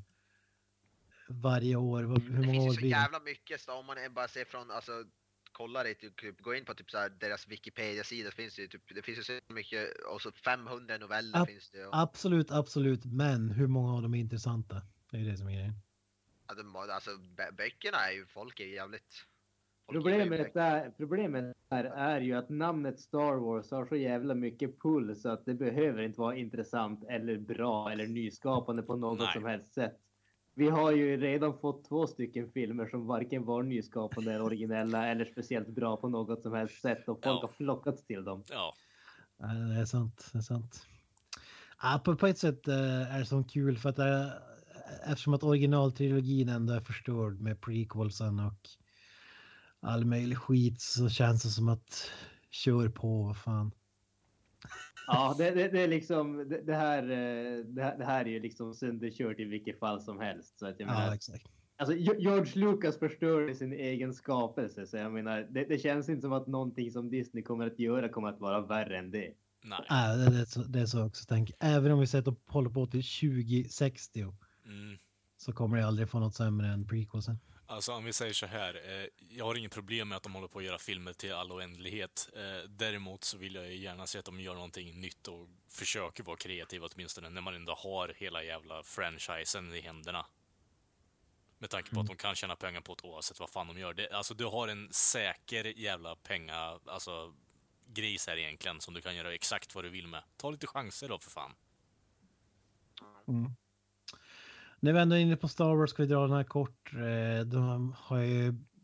varje år? Hur Det många finns ju år så blir det? jävla mycket, så om man bara ser från, alltså kolla det, typ, gå in på typ så här, deras Wikipedia-sida, finns det ju typ, det finns ju så mycket, och så femhundra noveller Ab- finns det ju. Absolut, absolut. Men hur många av dem är intressanta? Det är ju det som är grejen. Ja, de, alltså bö- böckerna är ju, folk är ju jävligt... folk gillar ju Problemet, böcker. där, problemet där är ju att namnet Star Wars har så jävla mycket pull så att det behöver inte vara intressant eller bra eller nyskapande på något Nej. som helst sätt. Vi har ju redan fått två stycken filmer som varken var nyskapande eller originella eller speciellt bra på något som helst sätt och folk Ja. har flockats till dem. ja. Ja, det är sant. Det är sant. Ja, på, på ett sätt eh, är det så kul för att uh, eftersom att originaltrilogin ändå är förstörd med prequelsen och all möjlig skit så känns det som att kör på, vad fan. Ja, det, det, det är liksom det, det, här, eh, det här. Det här är ju liksom sönderkört i vilket fall som helst. Så att jag menar, Ja, exakt. alltså, Jo- George Lucas förstörde sin egen skapelse. Så jag menar, det, det känns inte som att någonting som Disney kommer att göra kommer att vara värre än det. Nej. Ja, det, det, är så, det är så också tänk. Även om vi sätter och håller på till tjugo sextio Mm. så kommer det aldrig få något sämre än prequelsen. Alltså om vi säger så här, eh, jag har inget problem med att de håller på att göra filmer till all oändlighet. Eh, däremot så vill jag ju gärna se att de gör någonting nytt och försöker vara kreativa åtminstone när man ändå har hela jävla franchisen i händerna. Med tanke på att de kan tjäna pengar på det oavsett vad fan de gör. Det, alltså du har en säker jävla penga, alltså gris här egentligen som du kan göra exakt vad du vill med. Ta lite chanser då för fan. Mm. När vi ändå är inne på Star Wars ska vi dra den här kort. Eh, De har ju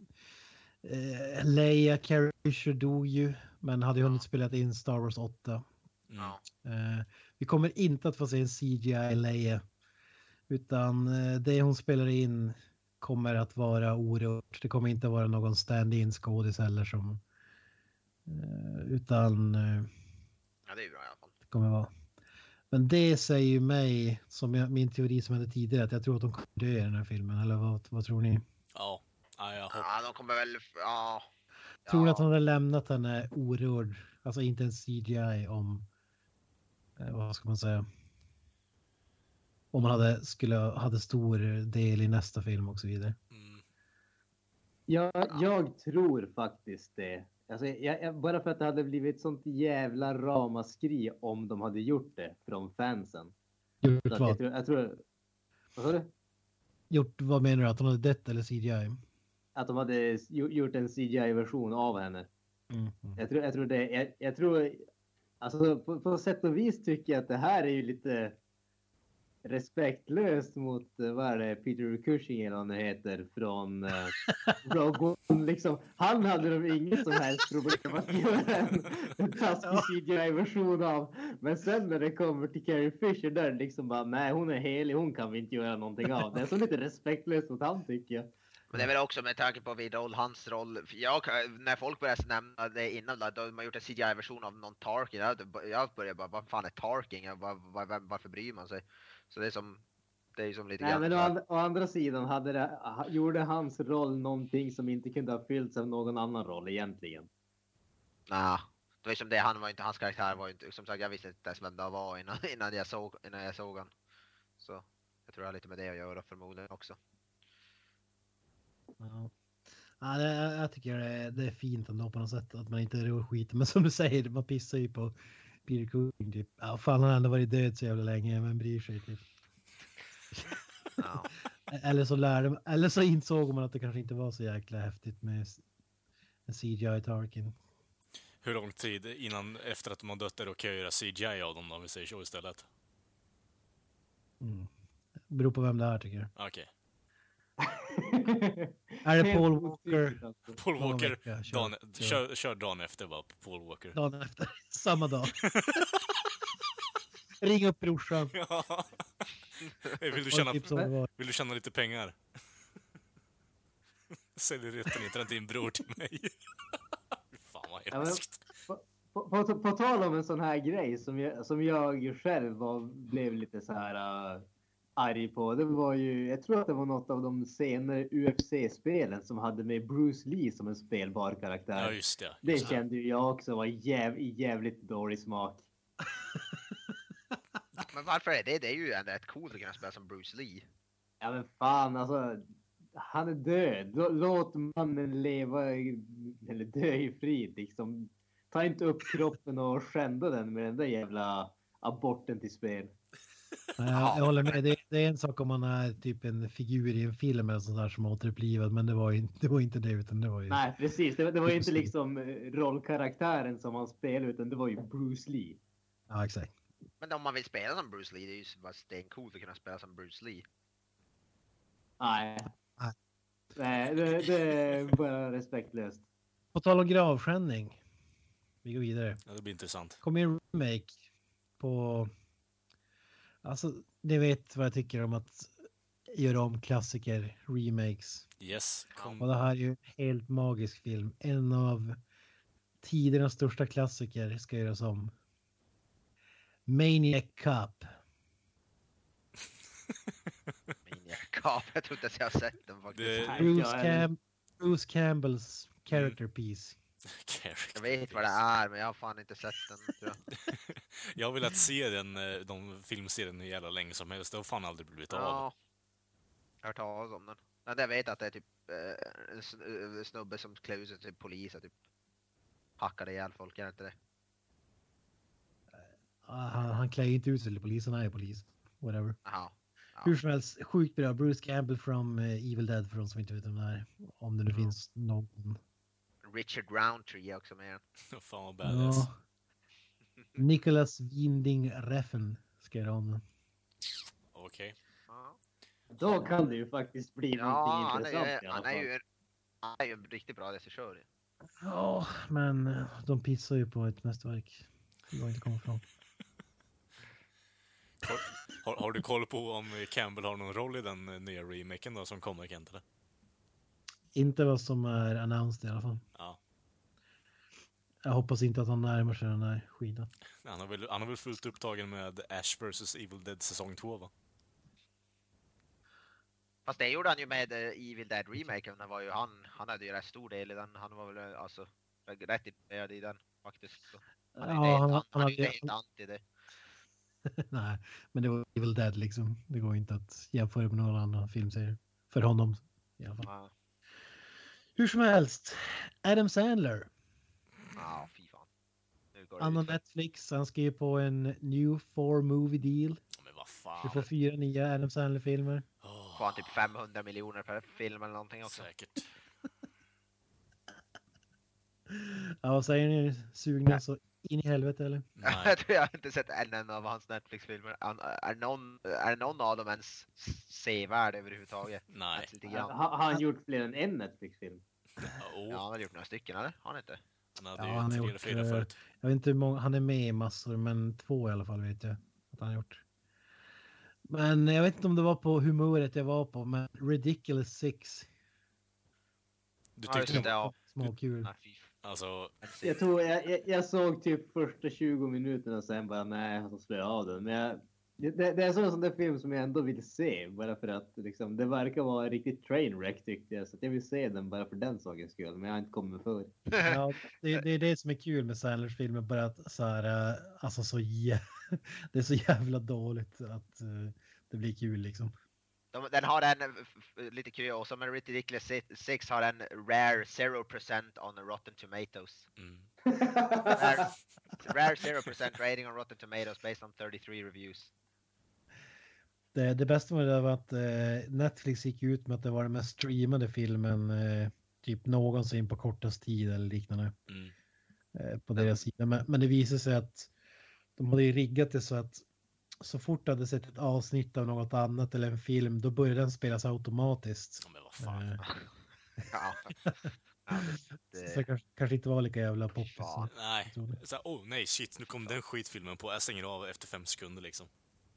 eh, Leia Carrie Fisher dog ju, men hade ju hunnit spela in Star Wars åtta. Mm. Ja. Eh, vi kommer inte att få se en C G I Leia, utan eh, det hon spelar in kommer att vara orört. Det kommer inte vara någon stand-in skådis heller som eh, utan eh, Ja, det är ju bra i alla fall. det kommer vara. Men det säger ju mig, som jag, min teori som jag hade tidigare, att jag tror att de kommer dö i den här filmen. Eller vad, vad tror ni? Ja, ja jag hoppas. Ja, de kommer väl... Ja. Tror ni Ja. att han hade lämnat henne orörd? Alltså inte en C G I om... Eh, vad ska man säga? Om man hade, skulle, hade stor del i nästa film och så vidare. Mm. Jag, jag tror faktiskt det. Alltså, jag, jag, bara för att det hade blivit sånt jävla ramaskri om de hade gjort det från fansen. Gjort Så att vad? jag, tror, jag tror... Vad sa du? Gjort, vad menar du? Att hon hade dött eller C G I? Att de hade gjo- gjort en C G I-version av henne. Mm. Mm. Jag tror, jag tror det. Jag, jag tror... Alltså på, på sätt och vis tycker jag att det här är ju lite respektlöst mot, eh, vad är det, Peter Cushing eller vad han heter från uh, Rogue One. Liksom, han hade de inget som helst problem att göra en, en taskig C G I-version av. Men sen när det kommer till Carrie Fisher där liksom bara, nej hon är helig, hon kan vi inte göra någonting av. Det är så lite respektlöst mot han tycker jag. Men det är väl också med tanke på vid roll, hans roll. För jag, när folk började nämna det innan, då har man gjort en C G I-version av någon Tarkin. Jag, jag började bara, vad fan är Tarkin? Var, var, var, varför bryr man sig? Så det är som, det är som lite Nej, grann. men å, and, å andra sidan hade det, gjorde hans roll någonting som inte kunde ha fyllts av någon annan roll egentligen. Nah, det var som det, han var inte, hans karaktär var inte, som sagt jag visste inte ens vem det var innan, innan jag såg, innan jag såg han. Så jag tror det har lite med det att göra förmodligen också. Ja. Ja, det, jag tycker det är, det är fint ändå på något sätt att man inte rör skiten. Men som du säger, man pissar ju på Peter Cushing typ. Ja, fan han har ändå varit död så jävla länge, men bryr sig typ. Ja. Eller så lärde eller så insåg man att det kanske inte var så jäkla häftigt med en C G I Tarkin. Hur lång tid innan, efter att de har dött, är det okej att göra C G I av dem om vi säger så istället? Mm. Beror på vem det är tycker jag. Okej. Är det Paul Walker? Paul Någon Walker, vecka, kör, dagen, kör. kör, kör dagen efter bara, Paul Walker. Dagen efter, samma dag. Ring upp brorsan. Ja. Hey, vill, du Och tjäna, typ som det var. vill du tjäna lite pengar? Säljer rätten till din bror till mig. Fan vad Ja, men- hemskt. På, på, på, på tal om en sån här grej som jag, som jag själv var, blev lite så här uh, arg på. Det var ju, jag tror att det var något av de senare U F C-spelen som hade med Bruce Lee som en spelbar karaktär. Ja, just det. det Just det. kände ju jag också var jäv, jävligt dålig smak. Men varför är det? Det är ju ändå rätt coolt att kunna spela som Bruce Lee. Ja men fan alltså. Han är död. Lå- Låt mannen leva i- eller dö i frid liksom. Ta inte upp kroppen och skända den med den där jävla aborten till spel. Ja, jag, jag håller med. Det, det är en sak om man är typ en figur i en film eller sånt där som är återupplivad. Men det var ju det var inte det utan det var ju... Nej precis, det, var- det var ju inte liksom eh, rollkaraktären som han spelade utan det var ju Bruce Lee. Ja, exakt. Men om man vill spela som Bruce Lee, det är ju bara stencoolt att kunna spela som Bruce Lee. Nej. Nej. Nej, det, det är bara respektlöst. På tal om gravskändning. Vi går vidare. Ja, det blir intressant. Kommer en remake på... Alltså, ni vet vad jag tycker om att göra om klassiker, remakes. Yes. Kom. Och det här är ju en helt magisk film. En av tidernas största klassiker ska göras om. Maniac Cop. Maniac Cop, jag tror inte ens jag har sett den faktiskt. Det- Nej, Bruce, jag är- Cam Bruce Campbells character piece. Character Jag vet vad det är, men jag har fan inte sett den. Tror jag. Jag har velat se den, eh, de filmserien hur jävla länge som helst. Det har fan aldrig blivit av. Ja. Jag har hört talas om den. Men jag vet att det är typ eh, en sn- eh, snubbe som klär ut sig till polis och typ hackade ihjäl folk, är det inte det? Ah, Han, han klär ju inte ut sig till polisen, han är polis. Whatever. Jaha. Ja. Hur som helst, sjukt bra. Bruce Campbell från uh, Evil Dead för de som inte vet om det är. Om det nu Ja. finns någon. Richard Roundtree är också med. Fan vad badass. Ja. Nicholas Winding Refn ska göra om den. Okej. Ja, Då kan det ju faktiskt bli ja någonting han, är intressant ju, i alla han, är fall. ju, han är ju en riktigt bra regissör. Ja, men eh, de pissar ju på ett mästerverk. Det går inte att komma ifrån. Har, har du koll på om Campbell har någon roll i den eh, nya remaken då som kommer, Kent? Eller? Inte vad som är announced i alla fall. Ja. Jag hoppas inte att han närmar sig den här skidan. Han har väl, han har väl fullt upptagen med Ash versus. Evil Dead säsong två, va? Fast det gjorde han ju med uh, Evil Dead remaken. Det var ju han, han hade ju rätt stor del i den. Han var väl alltså rätt imponerad i den faktiskt. Så han är ju Ja, inte han, helt, han, han är ju hade, inte helt anti det. nej, men det var Evil Dead liksom. Det går inte att jämföra med någon annan filmserie. För honom i alla fall. Ja, Hur som helst. Adam Sandler. ja fy fan. Nu går det Han har ut för- Netflix. Han skriver på en new four movie deal. Men vad Vi fan. får fyra nya Adam Sandler-filmer. Åh, Får han typ femhundra miljoner per film eller någonting också. säkert. Ja, vad säger ni? Sugna så in i helvete eller? Nej. Jag tror jag har inte sett en enda av hans Netflix-filmer. Han- Är någon, är någon av dem ens sevärd överhuvudtaget? Nej. Ens lite grann. Har, har han gjort fler än en Netflix-film? Oh, Ja, han har gjort några stycken, eller? Har han inte? han hade Ja, ju han har tre eller gjort, fyra eh, förut. Jag vet inte hur många, han är med i massor, men två i alla fall vet jag att han har gjort. Men jag vet inte om det var på humöret jag var på, men Ridiculous Six. Du Ja, tyckte just det det, var... ja. Småkul. Nej, fy fan. Alltså, Jag tror jag, jag, jag såg typ första tjugo minuterna och sen bara nej, så slår jag av den. Men jag, det, det är en sån där film som jag ändå vill se bara för att liksom, det verkar vara en riktigt trainwreck tyckte jag. Så att jag vill se den bara för den sakens skull. Men jag har inte kommit för. Ja, det, det är det som är kul med Sandlers filmer, bara att så här, äh, alltså så jä... det är så jävla dåligt att uh, det blir kul liksom. De, den har en, f- f- lite kuriosa, men Ridiculous Si- Six har en rare zero percent on Rotten Tomatoes. mm. Rare, rare zero percent rating on Rotten Tomatoes based on thirty-three reviews. Det, det bästa med det var att eh, Netflix gick ut med att det var den mest streamade filmen eh, typ någonsin på kortast tid eller liknande Mm. eh, på deras sida. Men, men det visade sig att de hade ju riggat det så att så fort du hade sett ett avsnitt av något annat eller en film, då började den spelas automatiskt. Ja, men vad fan. Eh, Ja. Ja, det, så det kanske, kanske inte var lika jävla poppis. Fan. Nej. Jag tror det. Så här, oh nej, shit, nu kom den skitfilmen på. Jag stänger av efter fem sekunder liksom.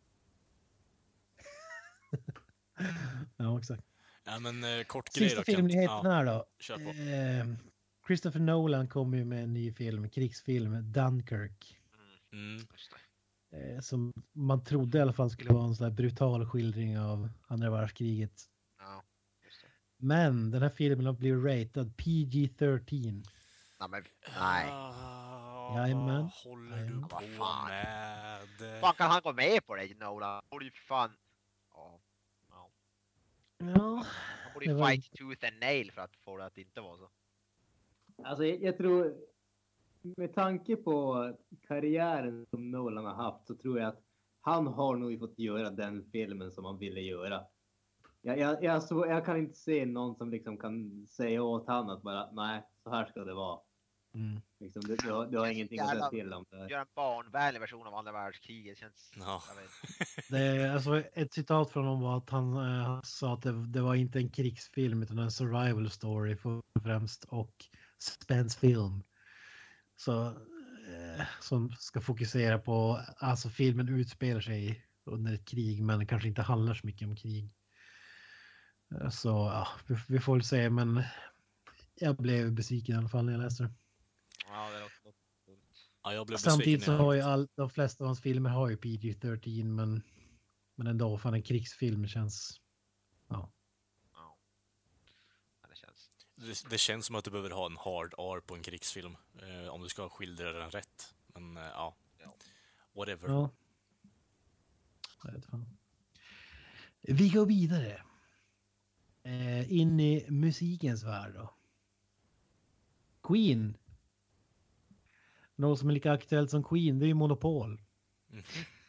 Ja, exakt. Ja, men eh, kort grej Sista då. Kent. filmnyheten Ja, här då. kör på. Eh, Christopher Nolan kommer ju med en ny film, krigsfilm, Dunkirk. mm, Mm. just det. Eh, som man trodde i alla fall skulle vara en sån där brutal skildring av andra världskriget. Ja, just det. Men den här filmen har blivit ratad P G tretton. Nej, men, nej. Ah, Jajamän. vad håller du Jajamän. på Vad fan. med? Fan, kan han gå med på det, Nolan? Han borde ju för fan... Ja. Ja. Ja, Han borde Det ju var fight tooth and nail för att få det att inte vara så. Alltså jag, jag tror, med tanke på karriären som Nolan har haft så tror jag att han har nog fått göra den filmen som han ville göra. Jag, jag, jag, så, jag kan inte se någon som liksom kan säga åt han att bara nej, så här ska det vara. mm. Liksom, du, du, har, du har ingenting att säga till om det. Göra en barnvänlig version av andra världskriget känns... Ja. Jag vet. Det är, alltså, ett citat från honom var att han eh, sa att det, det var inte en krigsfilm utan en survival story för främst och suspensefilm. Så eh, som ska fokusera på, alltså filmen utspelar sig under ett krig men kanske inte handlar så mycket om krig. Eh, Så ja, vi, vi får väl se, men jag blev besviken i alla fall när jag läste det. Ja, det låter dumt. Ja, jag blev Samtidigt så besviken. har ju all, de flesta av hans filmer har ju P G tretton men, men ändå, fan en krigsfilm känns... Ja. Ja. Ja, det känns... Det, det känns som att du behöver ha en hard R på en krigsfilm. Eh, om du ska skildra den rätt. Men eh, ja. Ja. Whatever. Ja. Jag vet fan. Vi går vidare. Eh, in i musikens värld då. Queen. Något som är lika aktuellt som Queen, det är ju Monopol. Mhm.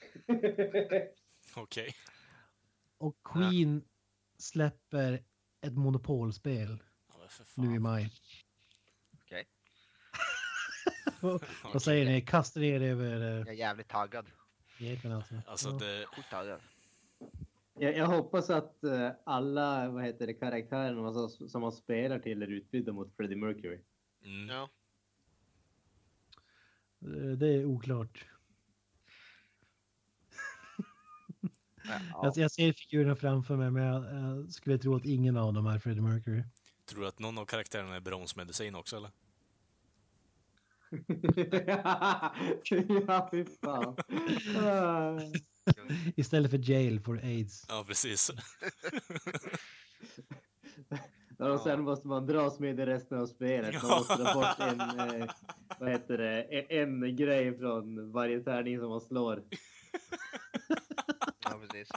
Okej. Och Queen släpper ett monopolspel Ja, men för fan. nu i maj. Okej. Vad säger ni? Kastar er över Jag är jävligt taggad. egentligen alltså? Alltså Ja. det... Sjukt taggad. Jag, jag hoppas att eh, alla vad heter det, karaktärerna som, som man spelar till är utbytta mot Freddie Mercury. Mm. Ja. Eh, Det är oklart. Ja. Jag, jag ser figurerna framför mig men jag, jag skulle tro att ingen av dem är Freddie Mercury. Tror du att någon av karaktärerna är bromsmedicin också eller? Ja, fy fan. Ah. Istället för jail for aids. Ja, precis. Och sen måste man dras med i resten av spelet. Man måste ta bort en, eh, vad heter det, en, en grej från varje tärning som man slår. Ja, precis.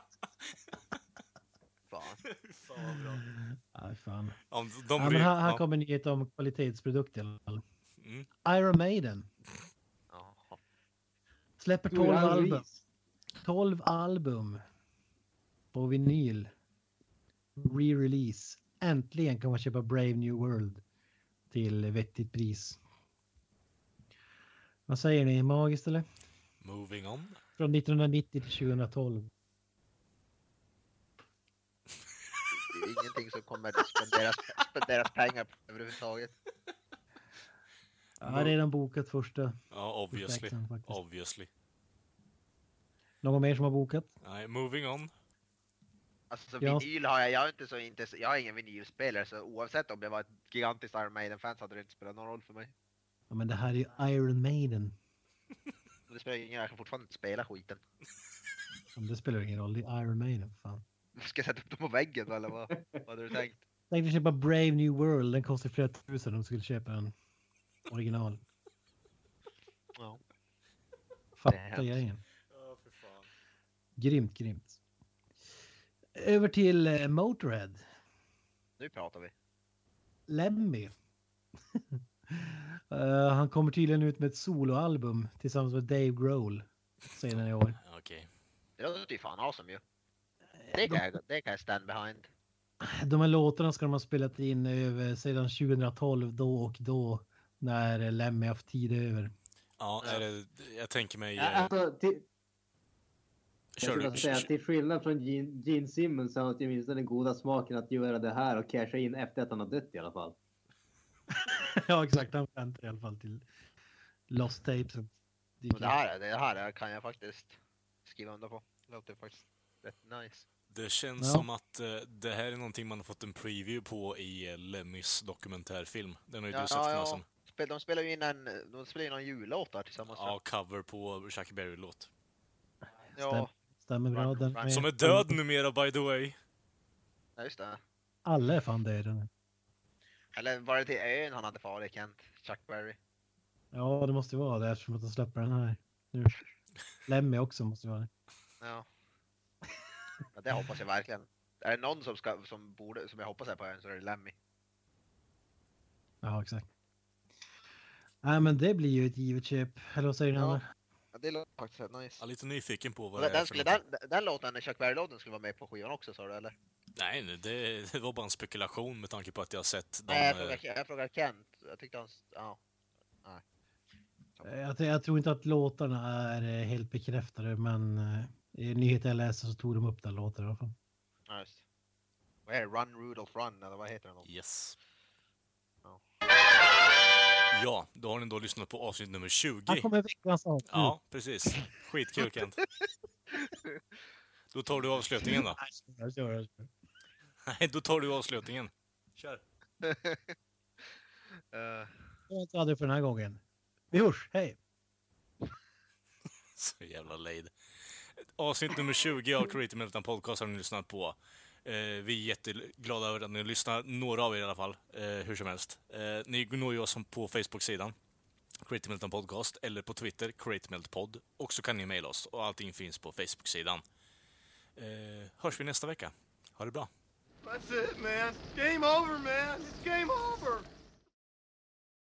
Fan. Fan vad bra. Ja, fan. Ja, de Ja, blir, men här, här ja. kommer nyhet om kvalitetsprodukter i alla fall. Mm. Iron Maiden Jaha. släpper Stor tolv album. analys. tolv album på vinyl. Re-release. Äntligen kan man köpa Brave New World till vettigt pris. Vad säger ni? Magiskt eller? Moving on. Från nittonhundranittio till tjugotolv. Det är ingenting som kommer att spenderas, spenderas pengar på överhuvudtaget. Jag har redan bokat första. Ja, obviously. Perfekten, faktiskt. Obviously. Någon mer som har bokat? Nej, moving on. Alltså så Ja. vinyl har jag, jag är inte så inte, jag har ingen vinylspelare så oavsett om det var ett gigantiskt Iron Maiden-fans hade det inte spelat någon roll för mig. Ja, men det här är ju Iron Maiden. Och det spelar ingen roll, jag kan fortfarande inte spela skiten. Men det spelar ingen roll, det är Iron Maiden. Fan. Ska jag sätta upp dem på väggen då, eller vad, vad hade du tänkt? Jag tänkte köpa Brave New World, den kostar flera tusen om du skulle köpa en original. Ja. Fatta hemskt. grejen. Ja, för fan. Grymt, grymt. Över till eh, Motorhead. Nu pratar vi. Lemmy. uh, han kommer tydligen ut med ett soloalbum tillsammans med Dave Grohl senare i år. Okej. Det låter ju fan awesome ju. Det kan jag, det kan jag stand behind. De här låtarna ska de ha spelat in över sedan tjugotolv då och då när Lemmy haft tid över. Ja, är det, jag tänker mig... Ja, eh, alltså, till, jag kör skulle du. säga att till skillnad från Gene, Gene Simmons så har han åtminstone den goda smaken att göra det här och casha in efter att han har dött i alla fall. Ja, exakt. Han väntar i alla fall till Lost Tapes. Och det här, det här kan jag faktiskt skriva under på. Det låter faktiskt rätt nice. Det känns Ja. som att eh, det här är någonting man har fått en preview på i eh, Lemmys dokumentärfilm. Den har ju Ja, du sett, ja, Knasen. ja. De spelar ju in en, de spelar in en jullåt där tillsammans. Ja, cover på Chuck Berry-låt. Ja, Stämmer bra. Run, Den run. med. Som är död numera, by the way. ja, just det. Alla är fan döda nu. Eller var det till ön han hade farit, Kent? Chuck Berry. Ja, det måste ju vara det eftersom att de släpper den här nu. Lemmy också måste vara det. Ja. Ja, det hoppas jag verkligen. Är det någon som, ska, som, borde, som jag hoppas är på ön så är det Lemmy. Ja, exakt. Nej, men det blir ju ett givet köp. Eller vad säger ni? Ja. Anna? Ja, det låter faktiskt rätt nice. Jag är lite nyfiken på vad Och det den, är den, för skulle, någonting. den, den låten, Chuck Berry-låten skulle vara med på skivan också, sa du eller? Nej, nej, det, det var bara en spekulation med tanke på att jag har sett de... Nej, jag eh, frågar, jag frågar Kent. Jag tyckte han... Ja. Eh, Jag, jag tror inte att låtarna är eh, helt bekräftade, men eh, i nyheter jag läser så tog de upp den låten i alla fall. Ja, just. Vad är det? Run Rudolph Run, eller vad heter den? Yes. Ja. Ja, då har ni då lyssnat på avsnitt nummer Här tjugo. kommer veckans avsnitt. Ja, precis. Skitkul, Kent. Då tar du avslutningen då. Jag kör, jag kör. Nej, då tar du avslutningen. Kör. Uh, Det var inte vad jag hade för den här gången. Vi hörs, hej! Så jävla lejd. Avsnitt nummer tjugo av Creative Meltdown Podcast har ni lyssnat på. Eh, vi är jätteglada över att ni lyssnar, några av er i alla fall, eh, hur som helst. Eh, ni når ju oss på Facebook-sidan, Creative Meltdown Podcast, eller på Twitter, Creative Melt Pod. Och så kan ni mejla oss, och allting finns på Facebook-sidan. Eh, hörs vi nästa vecka. Ha det bra. That's it, man. Game over, man. It's game over.